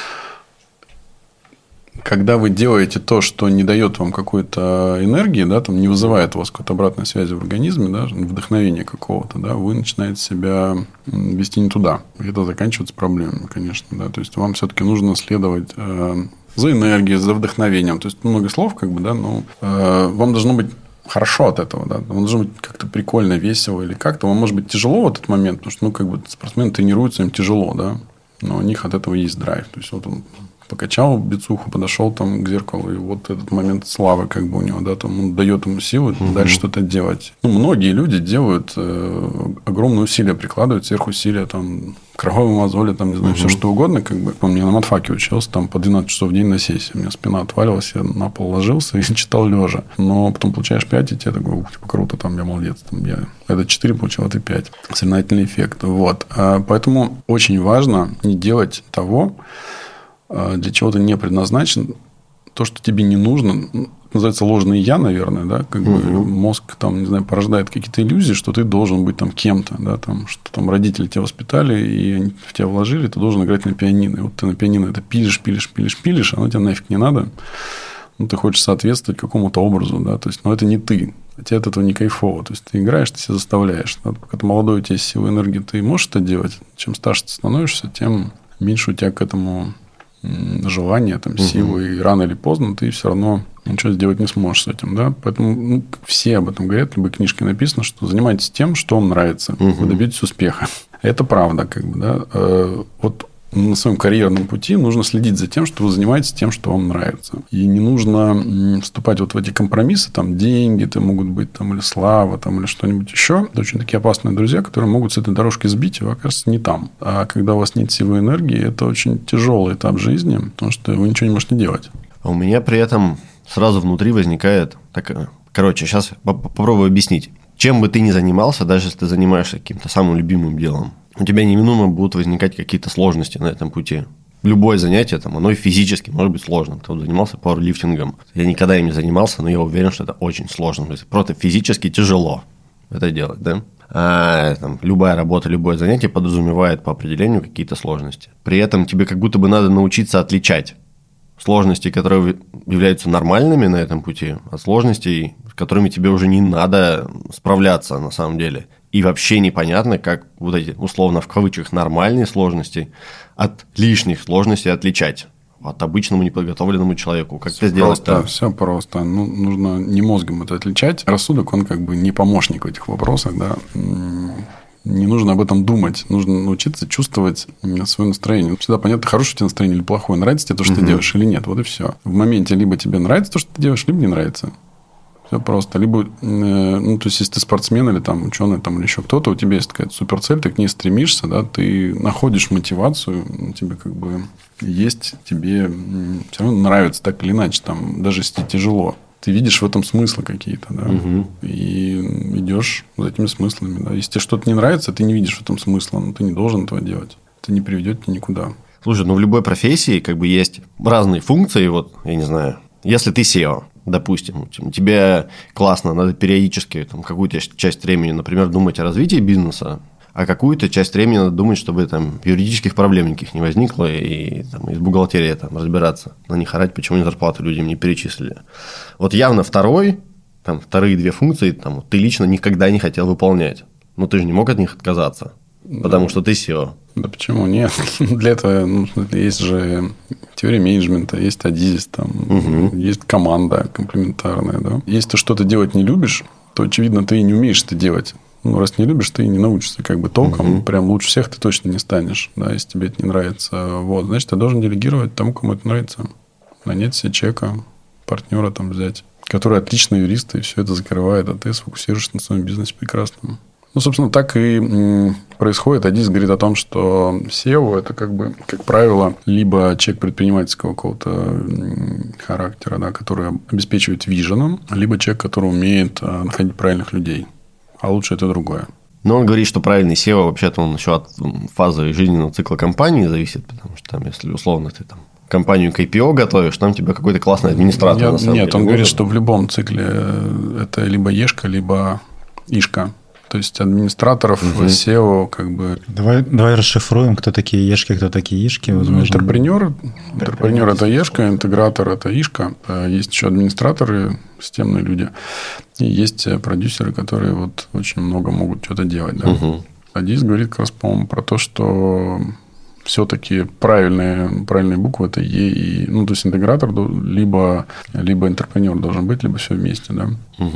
когда вы делаете то, что не дает вам какой-то энергии, да, там не вызывает у вас какой-то обратной связи в организме, да, вдохновения какого-то, да, вы начинаете себя вести не туда. И это заканчивается проблемами, конечно, да. То есть, вам все-таки нужно следовать за энергией, за вдохновением. То есть, много слов, как бы, да, но вам должно быть хорошо от этого, да. Он должен быть как-то прикольно, весело или как-то. Вам может быть тяжело в этот момент, потому что, ну, как бы спортсмены тренируются, им тяжело, да. Но у них от этого есть драйв. То есть, вот он покачал бицуху, подошел там к зеркалу, и вот этот момент славы, как бы у него, да, там он дает ему силы дальше что-то делать. Ну, многие люди делают огромные усилия, прикладывают сверхусилия, там, кровавые мозоли, там, не знаю, все что угодно, как бы. Помню, я на матфаке учился, там, по 12 часов в день на сессии. У меня спина отвалилась, я на пол ложился и читал лежа. Но потом получаешь 5, и тебе такой, ух, типа, круто, там, я молодец. Там, я это 4 получил, это 5. Соревновательный эффект. Вот. Поэтому очень важно не делать того, для чего ты не предназначен, то, что тебе не нужно, называется ложное я, наверное, да, как бы мозг там, не знаю, порождает какие-то иллюзии, что ты должен быть там кем-то, да, там, что там родители тебя воспитали и они в тебя вложили, ты должен играть на пианино. И вот ты на пианино это пилишь, оно тебе нафиг не надо. Ну, ты хочешь соответствовать какому-то образу, да, то есть, но это не ты. А тебе от этого не кайфово. То есть, ты играешь, ты себя заставляешь. Да? Пока ты молодой, у тебя есть сила, энергия, ты можешь это делать. Чем старше ты становишься, тем меньше у тебя к этому желание, там, силы, и рано или поздно ты все равно ничего сделать не сможешь с этим, да, поэтому все об этом говорят, в любой книжке написано, что занимайтесь тем, что вам нравится, вы добьетесь успеха. Это правда, как бы, да, вот на своем карьерном пути нужно следить за тем, что вы занимаетесь тем, что вам нравится. И не нужно вступать вот в эти компромиссы, там, деньги, это могут быть, там, или слава, там, или что-нибудь еще. Это очень такие опасные друзья, которые могут с этой дорожки сбить, и вы окажетесь не там. А когда у вас нет силы и энергии, это очень тяжелый этап жизни, потому что вы ничего не можете делать. А у меня при этом сразу внутри возникает... Короче, сейчас попробую объяснить. Чем бы ты ни занимался, даже если ты занимаешься каким-то самым любимым делом, у тебя неминуемо будут возникать какие-то сложности на этом пути. Любое занятие, там, оно и физически может быть сложным. Кто занимался пауэрлифтингом. Я никогда им не занимался, но я уверен, что это очень сложно. То есть, просто физически тяжело это делать, да? А там, любая работа, любое занятие подразумевает по определению какие-то сложности. При этом тебе как будто бы надо научиться отличать сложности, которые являются нормальными на этом пути, от сложностей, с которыми тебе уже не надо справляться на самом деле. И вообще непонятно, как вот эти, условно, в кавычках, нормальные сложности от лишних сложностей отличать от обычному неподготовленному человеку. Как это сделать-то? Все просто. Ну, нужно не мозгом это отличать. Рассудок, он как бы не помощник в этих вопросах, да. Не нужно об этом думать. Нужно научиться чувствовать свое настроение. Всегда понятно, хорошее у тебя настроение или плохое. Нравится тебе то, что ты делаешь, или нет. Вот и все. В моменте либо тебе нравится то, что ты делаешь, либо не нравится. Все просто. Либо, ну, то есть, если ты спортсмен или там ученый, там, или еще кто-то, у тебя есть какая-то суперцель, ты к ней стремишься, да, ты находишь мотивацию, тебе как бы есть, тебе все равно нравится так или иначе, там, даже если тяжело. Ты видишь в этом смыслы какие-то, да, и идешь за этими смыслами, да. Если тебе что-то не нравится, ты не видишь в этом смысла, но ты не должен этого делать. Это не приведет тебя никуда. Слушай, ну в любой профессии как бы есть разные функции, вот, я не знаю, если ты SEO, допустим, тебе классно, надо периодически там, какую-то часть времени, например, думать о развитии бизнеса, а какую-то часть времени надо думать, чтобы там юридических проблем никаких не возникло, и там, из бухгалтерии там, разбираться, на них орать, почему зарплату людям не перечислили. Вот явно вторые две функции там, ты лично никогда не хотел выполнять. Но ты же не мог от них отказаться, потому что ты SEO. Да почему нет? Для этого есть же теория менеджмента, есть Адизис, там, есть команда комплементарная. Да? Если ты что-то делать не любишь, то, очевидно, ты и не умеешь это делать. Ну, раз не любишь, ты не научишься как бы толком. Прям лучше всех ты точно не станешь, да, если тебе это не нравится. Вот, значит, ты должен делегировать тому, кому это нравится. Нанять себе человека, партнера там взять, который отличный юрист, и все это закрывает, а ты сфокусируешься на своем бизнесе прекрасном. Ну, собственно, так и происходит. Адис говорит о том, что SEO – это, как бы, как правило, либо человек предпринимательского какого-то характера, да, который обеспечивает виженом, либо человек, который умеет находить правильных людей. А лучше это другое. Но он говорит, что правильный SEO, вообще-то, он еще от фазы жизненного цикла компании зависит, потому что там, если условно ты там компанию к IPO готовишь, там тебе какой-то классный администратор. Нет, он говорит, что в любом цикле это либо Ешка, либо Ишка. То есть, администраторов SEO как бы... Давай расшифруем, кто такие Ешки, кто такие Ишки. Интерпренер – это Ешка, интегратор – это Ишка. Есть еще администраторы, системные люди. И есть продюсеры, которые вот очень много могут что-то делать. Да? Адис говорит как раз, по-моему, про то, что все-таки правильные буквы – это Е и... Ну, то есть, интегратор либо интерпренер должен быть, либо все вместе. Да?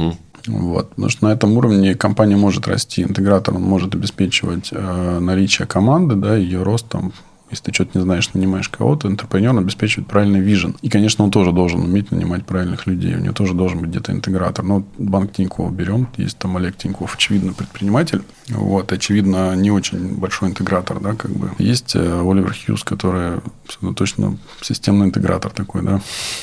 Вот. Потому что на этом уровне компания может расти. Интегратор он может обеспечивать наличие команды, да, ее рост. Там, если ты что-то не знаешь, нанимаешь кого-то, интерпренер обеспечивает правильный вижен. И, конечно, он тоже должен уметь нанимать правильных людей. У него тоже должен быть где-то интегратор. Ну, банк Тинькофф берем. Есть там Олег Тинькофф, очевидно, предприниматель. Вот, очевидно, не очень большой интегратор, да, как бы. Есть Оливер Хьюз, который точно системный интегратор такой, да,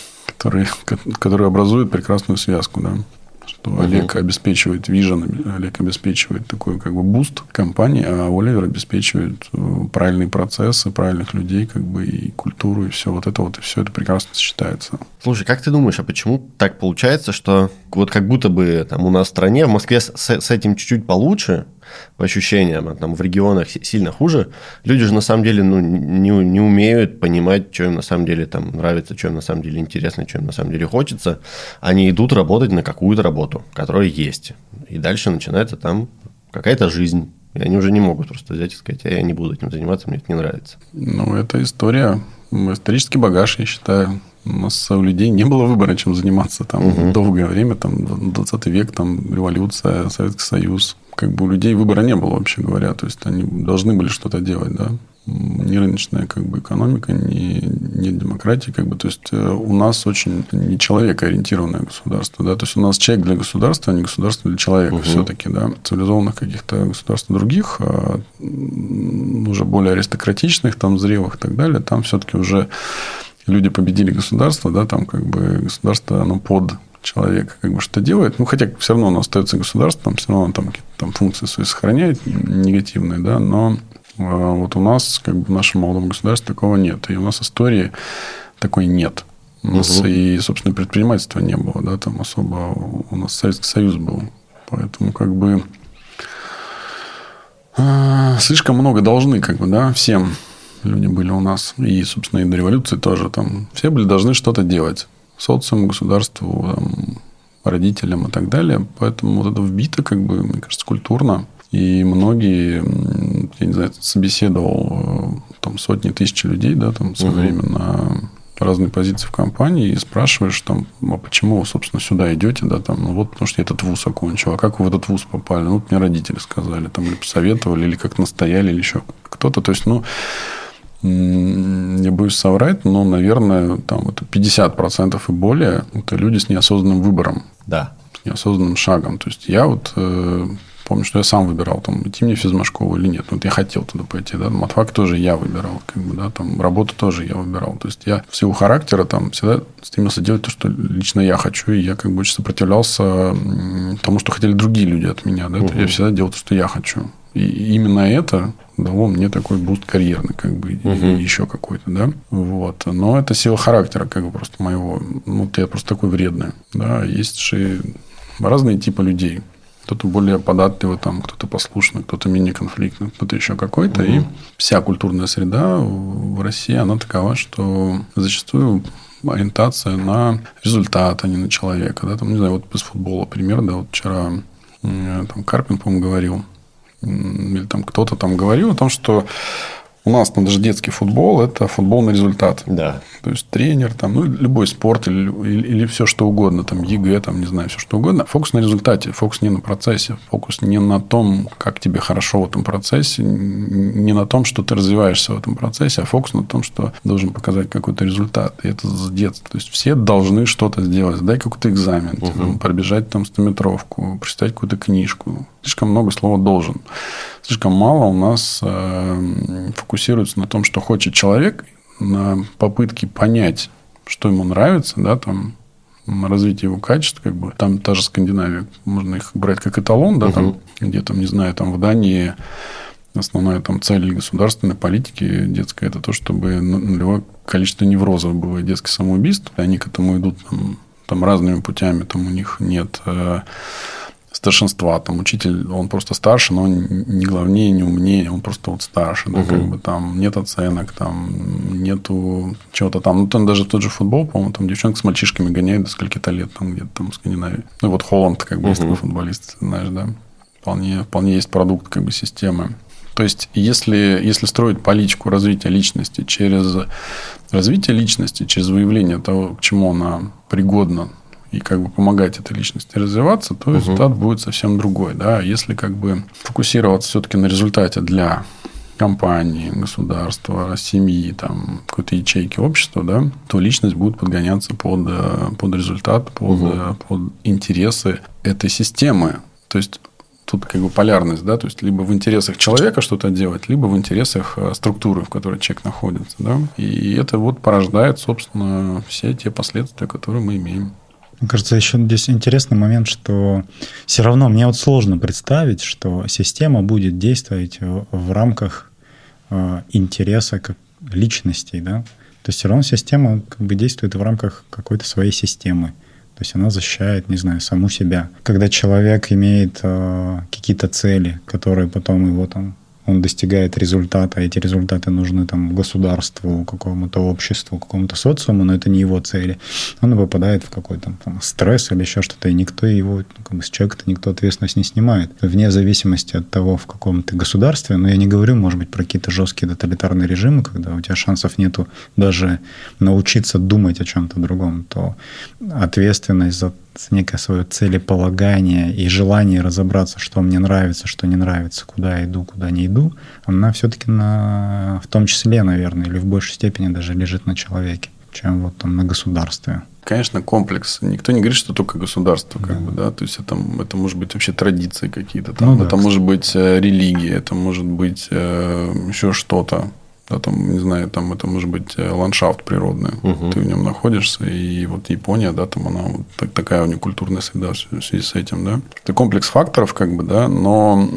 который образует прекрасную связку, да. Что Олег обеспечивает вижен, Олег обеспечивает такой как бы буст компании, а Оливер обеспечивает правильные процессы, правильных людей, как бы и культуру, и все вот, и все это прекрасно сочетается. Слушай, как ты думаешь, а почему так получается, что вот как будто бы там у нас в стране, в Москве с этим чуть-чуть получше, по ощущениям, а там в регионах сильно хуже, люди же на самом деле не умеют понимать, что им на самом деле там нравится, что им на самом деле интересно, что им на самом деле хочется. Они идут работать на какую-то работу, которая есть. И дальше начинается там какая-то жизнь. И они уже не могут просто взять и сказать, я не буду этим заниматься, мне это не нравится. Ну, это история, исторический багаж, я считаю. У нас у людей не было выбора, чем заниматься. Там долгое время, там 20 век, там революция, Советский Союз. Как бы у людей выбора не было, вообще говоря. То есть, они должны были что-то делать, да. Не рыночная как бы экономика, не демократия. Как бы. То есть, у нас очень не человекоориентированное государство. Да? То есть, у нас человек для государства, а не государство для человека все-таки. Да? В цивилизованных каких-то государств других, уже более аристократичных, там, зрелых и так далее, там все-таки уже люди победили государство, да, там как бы государство, оно под человека как бы что делает. Ну, хотя все равно оно остается государством, все равно там какие-то там функции свои сохраняет негативные, да, но вот у нас как бы в нашем молодом государстве такого нет. И у нас истории такой нет. У нас и, собственно, предпринимательства не было, да, там особо у нас Советский Союз был. Поэтому как бы слишком много должны, как бы, да, всем люди были у нас. И, собственно, и до революции тоже. Там все были должны что-то делать. Социуму, государству, там, родителям и так далее. Поэтому вот это вбито, как бы, мне кажется, культурно. И многие, я не знаю, собеседовал там сотни тысяч людей, да, там, в свое время на разные позиции в компании, и спрашиваешь, там, а почему вы, собственно, сюда идете, да, там, ну, вот, потому что я этот вуз окончил, а как вы в этот вуз попали? Ну, вот мне родители сказали, там, или посоветовали, или как настояли, или еще кто-то, то есть, ну, не боюсь соврать, но, наверное, там, это 50% и более, это люди с неосознанным выбором. Да. неосознанным шагом. То есть, я вот помню, что я сам выбирал, там, идти мне в физмашкову или нет. Вот я хотел туда пойти, да. Матфак тоже я выбирал, как бы, да, там, работу тоже я выбирал. То есть, я в силу характера там всегда стремился делать то, что лично я хочу, и я как бы очень сопротивлялся тому, что хотели другие люди от меня, да. Я всегда делал то, что я хочу. И именно это дало мне такой буст карьерный, как бы, и еще какой-то, да. Вот. Но это сила характера, как бы, просто моего. Ну, я просто такой вредный, да. Есть же разные типы людей. Кто-то более податливый, там, кто-то послушный, кто-то менее конфликтный, кто-то еще какой-то. И вся культурная среда в России, она такова, что зачастую ориентация на результат, а не на человека. Да? Там, не знаю, вот из футбола пример. Да, вот вчера там Карпин, по-моему, говорил, или там кто-то там говорил о том, что у нас там даже детский футбол – это футбол на результат. Да. То есть, тренер, там, ну, любой спорт или все, что угодно, там, ЕГЭ, там, не знаю, все, что угодно. Фокус на результате, фокус не на процессе, фокус не на том, как тебе хорошо в этом процессе, не на том, что ты развиваешься в этом процессе, а фокус на том, что должен показать какой-то результат. И это с детства. То есть, все должны что-то сделать, сдать какой-то экзамен, типа, пробежать там 100-метровку, прочитать какую-то книжку. Слишком много слова «должен». Слишком мало у нас фокусируется на том, что хочет человек, на попытке понять, что ему нравится, да, там, на развитие его качеств, как бы. Там та же Скандинавия, можно их брать как эталон, да, там, где там, не знаю, там в Дании основная там цель государственной политики детской – это то, чтобы нулевое количество неврозов было, детских самоубийств. И они к этому идут там разными путями, там у них нет старшинства, там учитель, он просто старше, но он не главнее, не умнее, он просто вот старше, да, как бы там нет оценок, там нету чего-то там. Ну, там даже тот же футбол, по-моему, там девчонка с мальчишками гоняет до скольки-то лет, там где-то там в Скандинавии. Ну, вот Холланд, как бы, есть такой футболист, знаешь, да. Вполне есть продукт, как бы, системы. То есть, если строить политику развития личности через развитие личности, через выявление того, к чему она пригодна, и как бы помогать этой личности развиваться, то результат будет совсем другой. Да? Если как бы фокусироваться все-таки на результате для компании, государства, семьи, там, какой-то ячейки общества, да, то личность будет подгоняться под результат, под интересы этой системы. То есть, тут как бы полярность, да, то есть, либо в интересах человека что-то делать, либо в интересах структуры, в которой человек находится. Да? И это вот порождает, собственно, все те последствия, которые мы имеем. Мне кажется, еще здесь интересный момент, что все равно мне вот сложно представить, что система будет действовать в рамках интереса как личностей, да. То есть все равно система как бы действует в рамках какой-то своей системы. То есть она защищает, не знаю, саму себя. Когда человек имеет какие-то цели, которые потом его там он достигает результата, эти результаты нужны там государству, какому-то обществу, какому-то социуму, но это не его цели. Он попадает в какой-то там стресс или еще что-то, и никто его, как бы, с человека-то никто ответственность не снимает. Вне зависимости от того, в каком ты государстве, но я не говорю, может быть, про какие-то жесткие тоталитарные режимы, когда у тебя шансов нету даже научиться думать о чем-то другом, то ответственность за некое свое целеполагание и желание разобраться, что мне нравится, что не нравится, куда я иду, куда не иду, она все-таки в том числе, наверное, или в большей степени даже лежит на человеке, чем вот там на государстве. Конечно, комплекс. Никто не говорит, что только государство, как бы, да, то есть это может быть вообще традиции какие-то, там, это может быть религия, это может быть еще что-то. Да, там, не знаю, там это может быть ландшафт природный. Ты в нем находишься, и вот Япония, да, там она вот такая у нее культурная среда в связи с этим, да. Это комплекс факторов, как бы, да, но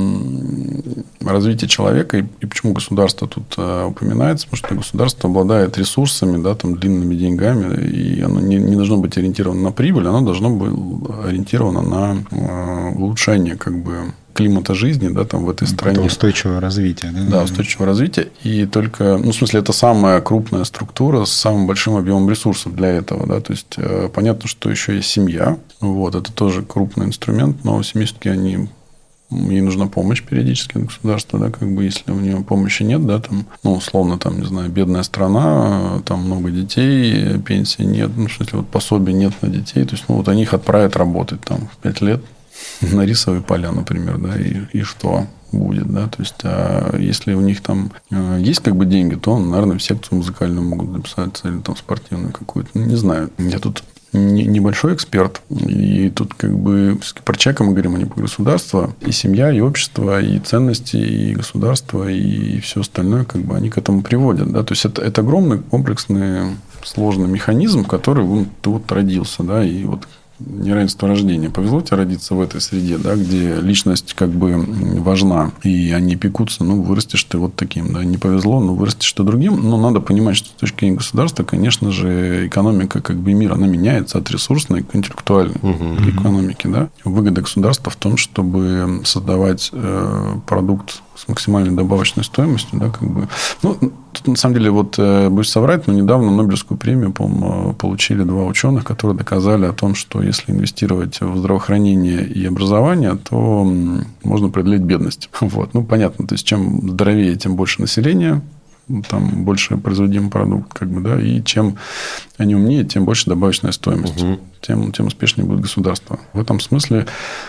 развитие человека, и почему государство тут упоминается, потому что государство обладает ресурсами, да, там, длинными деньгами, и оно не должно быть ориентировано на прибыль, оно должно быть ориентировано на улучшение, как бы, климата жизни, да, там в этой стране. Это устойчивое развитие, да? Да, устойчивое развитие. И только, ну, в смысле, это самая крупная структура с самым большим объемом ресурсов для этого, да. То есть, понятно, что еще есть семья. Вот, это тоже крупный инструмент, но семьи все-таки ей нужна помощь периодически от государства, да, как бы, если у нее помощи нет, да, там, ну, условно, там, не знаю, бедная страна, там много детей, пенсии нет, ну, в смысле, вот пособий нет на детей, то есть, ну, вот они их отправят работать там в 5 лет на рисовые поля, например, да, и что будет, да, то есть, а если у них там есть как бы деньги, то, наверное, в секцию музыкальную могут записаться или там спортивную какую-то, ну, не знаю. Я тут небольшой эксперт. И тут как бы про человека мы говорим, а не про государство. И семья, и общество, и ценности, и государство, и все остальное, как бы они к этому приводят. Да? То есть, это огромный, комплексный, сложный механизм, в который ты вот родился. Да? И вот неравенство рождения. Повезло тебе родиться в этой среде, да, где личность как бы важна, и они пекутся, вырастешь ты вот таким, да, не повезло, вырастешь ты другим, но надо понимать, что с точки зрения государства, конечно же, экономика как бы мира, она меняется от ресурсной к интеллектуальной экономике, да. Выгода государства в том, чтобы создавать продукт с максимальной добавочной стоимостью, да, как бы. Тут на самом деле, боюсь соврать, но недавно Нобелевскую премию, по-моему, получили 2 ученых, которые доказали о том, что если инвестировать в здравоохранение и образование, то можно преодолеть бедность. Вот. Понятно, то есть, чем здоровее, тем больше населения, там больше производимый продукт, как бы, да, и чем они умнее, тем больше добавочная стоимость, тем успешнее будет государство. В этом смысле,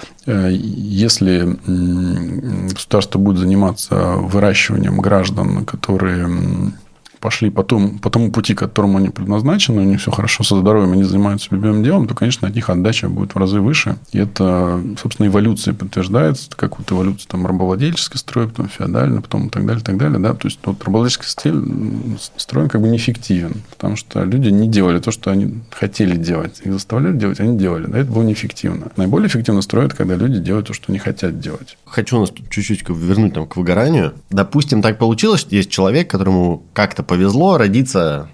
если государство будет заниматься выращиванием граждан, которые пошли по тому пути, к которому они предназначены, у них все хорошо со здоровьем, они занимаются любимым делом, то, конечно, от них отдача будет в разы выше. И это, собственно, эволюция подтверждается, как вот эволюция там, рабовладельческий строй, потом феодальный, потом и так далее, и так далее. Да? То есть, рабовладельческий строй как бы неэффективен, потому что люди не делали то, что они хотели делать. Их заставляли делать, они делали. Да? Это было неэффективно. Наиболее эффективно строй – это когда люди делают то, что они хотят делать. Хочу нас тут чуть-чуть вернуть к выгоранию. Допустим, так получилось, что есть человек, которому как-то повезло родиться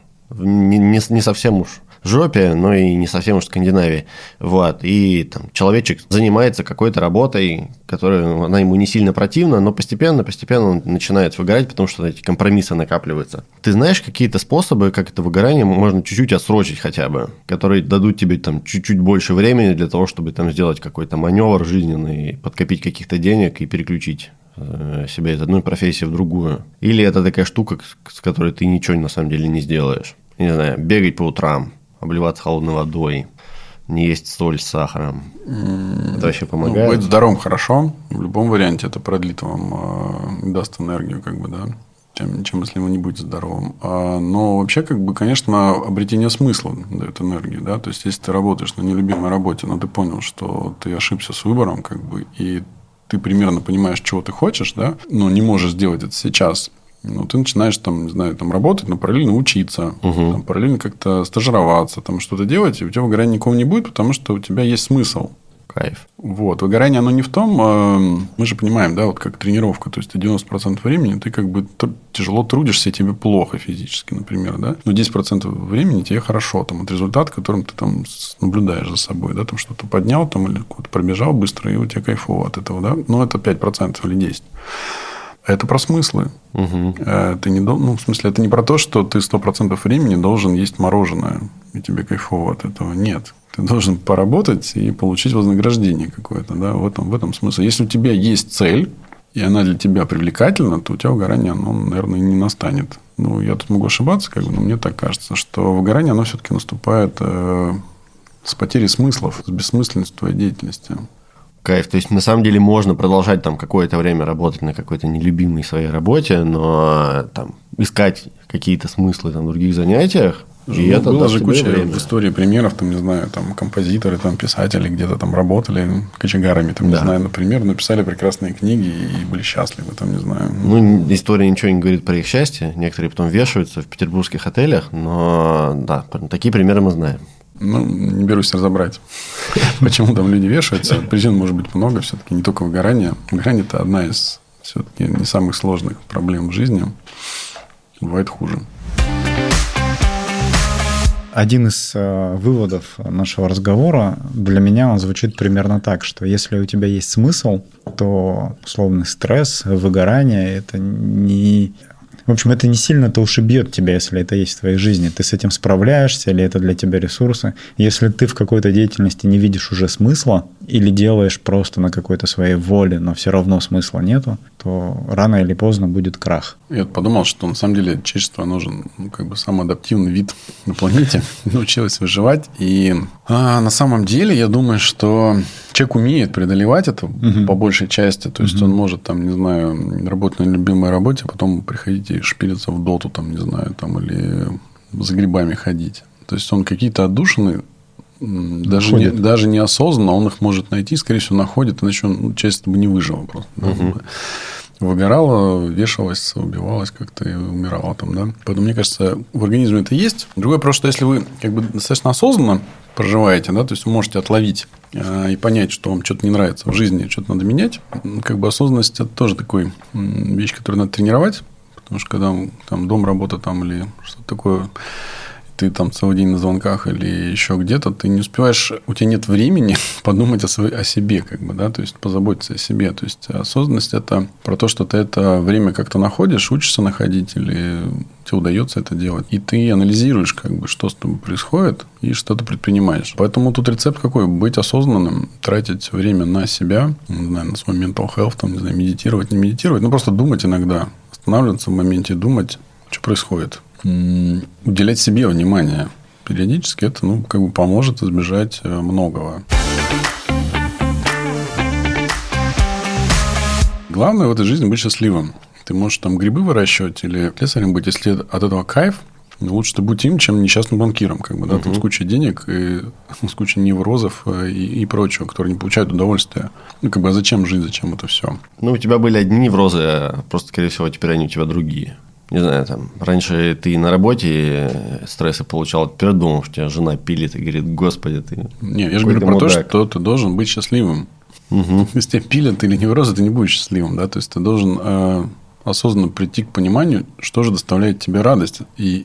не совсем уж в жопе, но и не совсем уж в Скандинавии. Вот. И там человечек занимается какой-то работой, которая она ему не сильно противна, но постепенно он начинает выгорать, потому что эти компромиссы накапливаются. Ты знаешь какие-то способы, как это выгорание можно чуть-чуть отсрочить хотя бы, которые дадут тебе там чуть-чуть больше времени для того, чтобы там сделать какой-то маневр жизненный, подкопить каких-то денег и переключить себя из одной профессии в другую? Или это такая штука, с которой ты ничего на самом деле не сделаешь? Не знаю, бегать по утрам, обливаться холодной водой, не есть соль с сахаром. Это вообще помогает? Быть здоровым хорошо. В любом варианте это продлит вам, даст энергию, как бы, да, чем если вы не будете здоровым. Но вообще, как бы, конечно, обретение смысла дает энергию, да. То есть, если ты работаешь на нелюбимой работе, но ты понял, что ты ошибся с выбором, как бы, и ты примерно понимаешь, чего ты хочешь, да, но не можешь сделать это сейчас. Ты начинаешь там, не знаю, там работать, но параллельно учиться, там, параллельно как-то стажироваться, там что-то делать, и у тебя выгорания никого не будет, потому что у тебя есть смысл. Кайф. Вот. Выгорание, оно не в том... Мы же понимаем, да, вот как тренировка. То есть, ты 90% времени ты как бы тяжело трудишься, и тебе плохо физически, например, да. Но 10% времени тебе хорошо. Там, от результата, которым ты там наблюдаешь за собой. Да, там что-то поднял там, или куда-то пробежал быстро, и у тебя кайфово от этого. Да? Но это 5% или 10%. Это про смыслы. Ты не в смысле, это не про то, что ты 100% времени должен есть мороженое, и тебе кайфово от этого. Нет. Ты должен поработать и получить вознаграждение какое-то. Да? В этом смысле. Если у тебя есть цель, и она для тебя привлекательна, то у тебя выгорание, оно, наверное, не настанет. Я тут могу ошибаться, как бы, но мне так кажется, что выгорание, оно все-таки наступает с потерей смыслов, с бессмысленностью твоей деятельности. Кайф. То есть, на самом деле, можно продолжать там какое-то время работать на какой-то нелюбимой своей работе, но там искать какие-то смыслы там, в других занятиях. И это было же куча в истории примеров, там, не знаю, там, композиторы, там, писатели где-то там работали кочегарами, там, не знаю, например, написали прекрасные книги и были счастливы, там, не знаю. История ничего не говорит про их счастье. Некоторые потом вешаются в петербургских отелях, но, да, такие примеры мы знаем. Не берусь разобрать, почему там люди вешаются. Причин может быть много, все-таки не только выгорание. Выгорание – это одна из все-таки не самых сложных проблем в жизни. Бывает хуже. Один из выводов нашего разговора для меня он звучит примерно так, что если у тебя есть смысл, то условный стресс, выгорание – это не... В общем, это не сильно-то уж и бьет тебя, если это есть в твоей жизни. Ты с этим справляешься, или это для тебя ресурсы. Если ты в какой-то деятельности не видишь уже смысла, или делаешь просто на какой-то своей воле, но все равно смысла нету, то рано или поздно будет крах. Я подумал, что на самом деле человечество нужен как бы самый адаптивный вид на планете, научилось выживать. И на самом деле я думаю, что человек умеет преодолевать это по большей части. То есть он может, там, не знаю, работать на любимой работе, а потом приходить и шпилиться в доту, там, не знаю, там, или за грибами ходить. То есть он какие-то отдушины даже неосознанно он их может найти, скорее всего, находит, иначе он часто бы не выжил просто. Выгорала, вешалась, убивалась как-то и умирала там, да. Поэтому, мне кажется, в организме это есть. Другое просто, что если вы как бы достаточно осознанно проживаете, да, то есть вы можете отловить и понять, что вам что-то не нравится в жизни, что-то надо менять, как бы осознанность – это тоже такой вещь, которую надо тренировать, потому что когда там дом, работа там или что-то такое, ты там целый день на звонках или еще где-то, ты не успеваешь, у тебя нет времени подумать о себе, как бы, да, то есть позаботиться о себе. То есть осознанность – это про то, что ты это время как-то находишь, учишься находить или тебе удается это делать. И ты анализируешь, как бы, что с тобой происходит и что ты предпринимаешь. Поэтому тут рецепт какой? Быть осознанным, тратить время на себя, не знаю, на свой mental health, там, не знаю, медитировать, не медитировать, но просто думать иногда, останавливаться в моменте, думать, что происходит. Уделять себе внимание периодически, это как бы поможет избежать многого. Главное в этой жизни быть счастливым. Ты можешь там грибы выращивать или слесарем быть, если от этого кайф, лучше ты будь им, чем несчастным банкиром, как бы, да, там с кучей денег и с кучей неврозов и прочего, которые не получают удовольствия. Как бы, а зачем жить, зачем это все? У тебя были одни неврозы, а просто, скорее всего, теперь они у тебя другие. Не знаю, там, раньше ты на работе стрессы получал, теперь думал, что тебя жена пилит и говорит, господи, ты... Не, я же говорю про то, что ты должен быть счастливым. Если тебя пилят или неврозы, ты не будешь счастливым, да, то есть ты должен осознанно прийти к пониманию, что же доставляет тебе радость,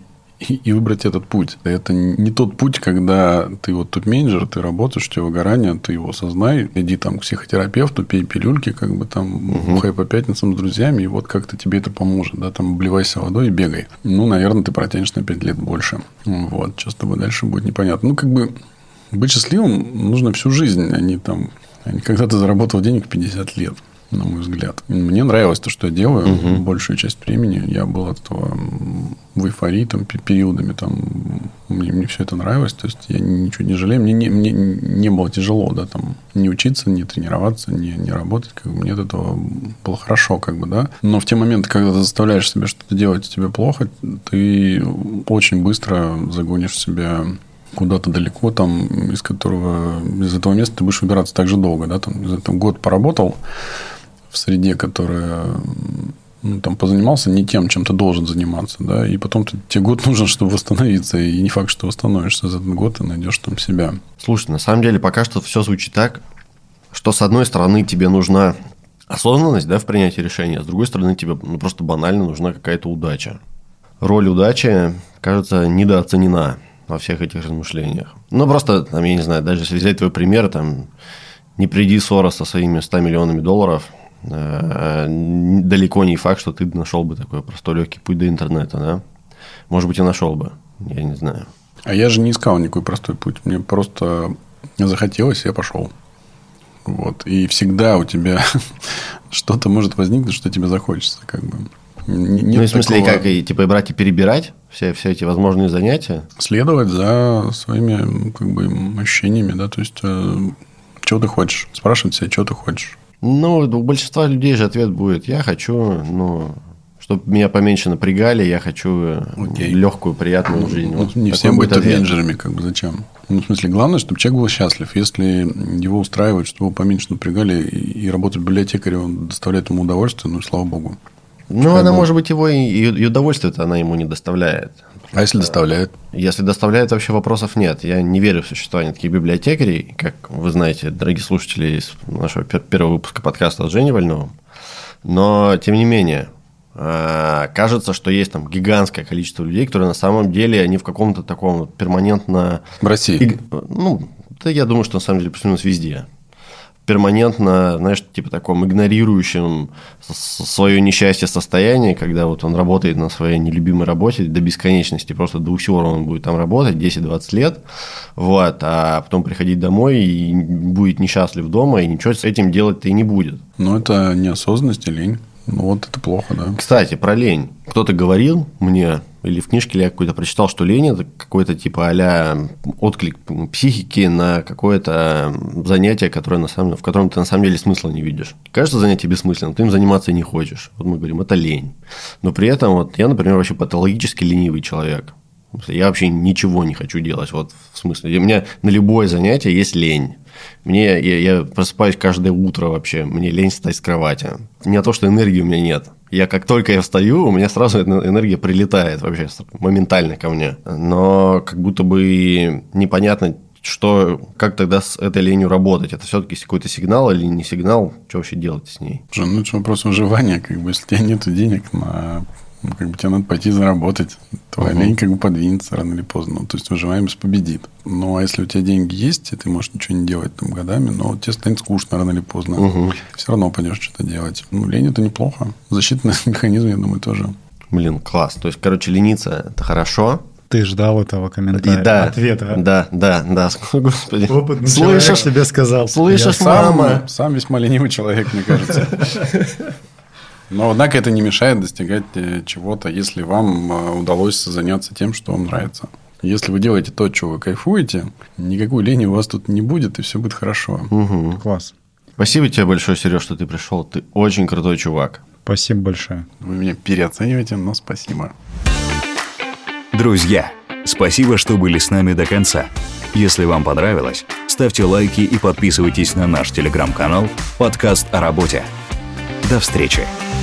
и выбрать этот путь. Это не тот путь, когда ты вот топ-менеджер, ты работаешь, у тебя выгорание, ты его осознай, иди там к психотерапевту, пей пилюльки, как бы там бухай по пятницам с друзьями, и вот как-то тебе это поможет, да, там обливайся водой и бегай. Наверное, ты протянешь на 5 лет больше. Вот, что с тобой дальше будет непонятно. Как бы быть счастливым нужно всю жизнь, а не когда ты заработал денег в 50 лет. На мой взгляд. Мне нравилось то, что я делаю. Большую часть времени я был от этого в эйфории, там, периодами. Там, мне все это нравилось. То есть, я ничего не жалею. Мне не было тяжело, да, там, не учиться, не тренироваться, не работать. Как бы, мне от этого было хорошо, как бы, да. Но в те моменты, когда ты заставляешь себя что-то делать, и тебе плохо, ты очень быстро загонишь себя куда-то далеко, там, из этого места ты будешь выбираться так же долго, да, там, год поработал в среде, которая там позанимался не тем, чем ты должен заниматься, да, и потом тебе год нужен, чтобы восстановиться, и не факт, что восстановишься за этот год и найдешь там себя. Слушай, на самом деле пока что все звучит так, что с одной стороны тебе нужна осознанность, да, в принятии решения, с другой стороны тебе просто банально нужна какая-то удача. Роль удачи, кажется, недооценена во всех этих размышлениях. Просто, там, я не знаю, даже если взять твой пример, там, не приди Сорос со своими $100 миллионами, далеко не факт, что ты нашел бы такой простой легкий путь до интернета, да? Может быть, и нашел бы, я не знаю. А я же не искал никакой простой путь. Мне просто захотелось, и я пошел. Вот. И всегда у тебя что-то может возникнуть, что тебе захочется, как бы. В смысле, как и брать и перебирать все эти возможные занятия? Следовать за своими, как бы, ощущениями, да, то есть, чего ты хочешь? Спрашивать себя, чего ты хочешь. У большинства людей же ответ будет: я хочу, чтобы меня поменьше напрягали, я хочу легкую, приятную жизнь. Не всем быть топ-менеджерами, как бы, зачем? В смысле, главное, чтобы человек был счастлив. Если его устраивает, чтобы его поменьше напрягали, и работать библиотекарем доставляет ему удовольствие, слава богу. Она, может быть, его и удовольствие-то она ему не доставляет. А если доставляет? Если доставляет, вообще вопросов нет. Я не верю в существование таких библиотекарей, как вы знаете, дорогие слушатели, из нашего первого выпуска подкаста с Женей Вольновым. Но, тем не менее, кажется, что есть там гигантское количество людей, которые на самом деле, они в каком-то таком перманентно... В России? Я думаю, что на самом деле плюс-минус везде. Перманентно, знаешь, таком игнорирующем свое несчастье состоянии, когда вот он работает на своей нелюбимой работе до бесконечности, просто до усера он будет там работать 10-20 лет, а потом приходить домой и будет несчастлив дома, и ничего с этим делать-то и не будет. Это неосознанность и лень. Это плохо, да. Кстати, про лень. Кто-то говорил мне, или в книжке я какой-то прочитал, что лень – это какой-то а-ля отклик психики на какое-то занятие, в котором ты на самом деле смысла не видишь. Кажется, занятие бессмысленным, ты им заниматься не хочешь. Мы говорим, это лень. Но при этом я, например, вообще патологически ленивый человек. Я вообще ничего не хочу делать. Вот в смысле. У меня на любое занятие есть лень. Я просыпаюсь каждое утро вообще. Мне лень встать с кровати. Не то, что энергии у меня нет. Как только я встаю, у меня сразу эта энергия прилетает вообще моментально ко мне. Но как будто бы непонятно, как тогда с этой ленью работать? Это все-таки какой-то сигнал или не сигнал? Что вообще делать с ней? Ну, это вопрос выживания. Если у тебя нет денег, тебе надо пойти заработать. Твоя лень подвинется рано или поздно. То есть, выживаемость победит. Ну, а если у тебя деньги есть, и ты можешь ничего не делать годами, но тебе станет скучно рано или поздно. Ты все равно пойдешь что-то делать. Лень – это неплохо. Защитный механизм, я думаю, тоже. Класс. То есть, лениться – это хорошо. Ты ждал этого комментария, ответа. Да. Господи. Опытный человек тебе сказал. Слышишь, мама? Сам весьма ленивый человек, мне кажется. Но, однако, это не мешает достигать чего-то, если вам удалось заняться тем, что вам нравится. Если вы делаете то, от чего вы кайфуете, никакой лени у вас тут не будет, и все будет хорошо. Класс. Спасибо тебе большое, Сереж, что ты пришел. Ты очень крутой чувак. Спасибо большое. Вы меня переоцениваете, но спасибо. Друзья, спасибо, что были с нами до конца. Если вам понравилось, ставьте лайки и подписывайтесь на наш телеграм-канал «Подкаст о работе». До встречи!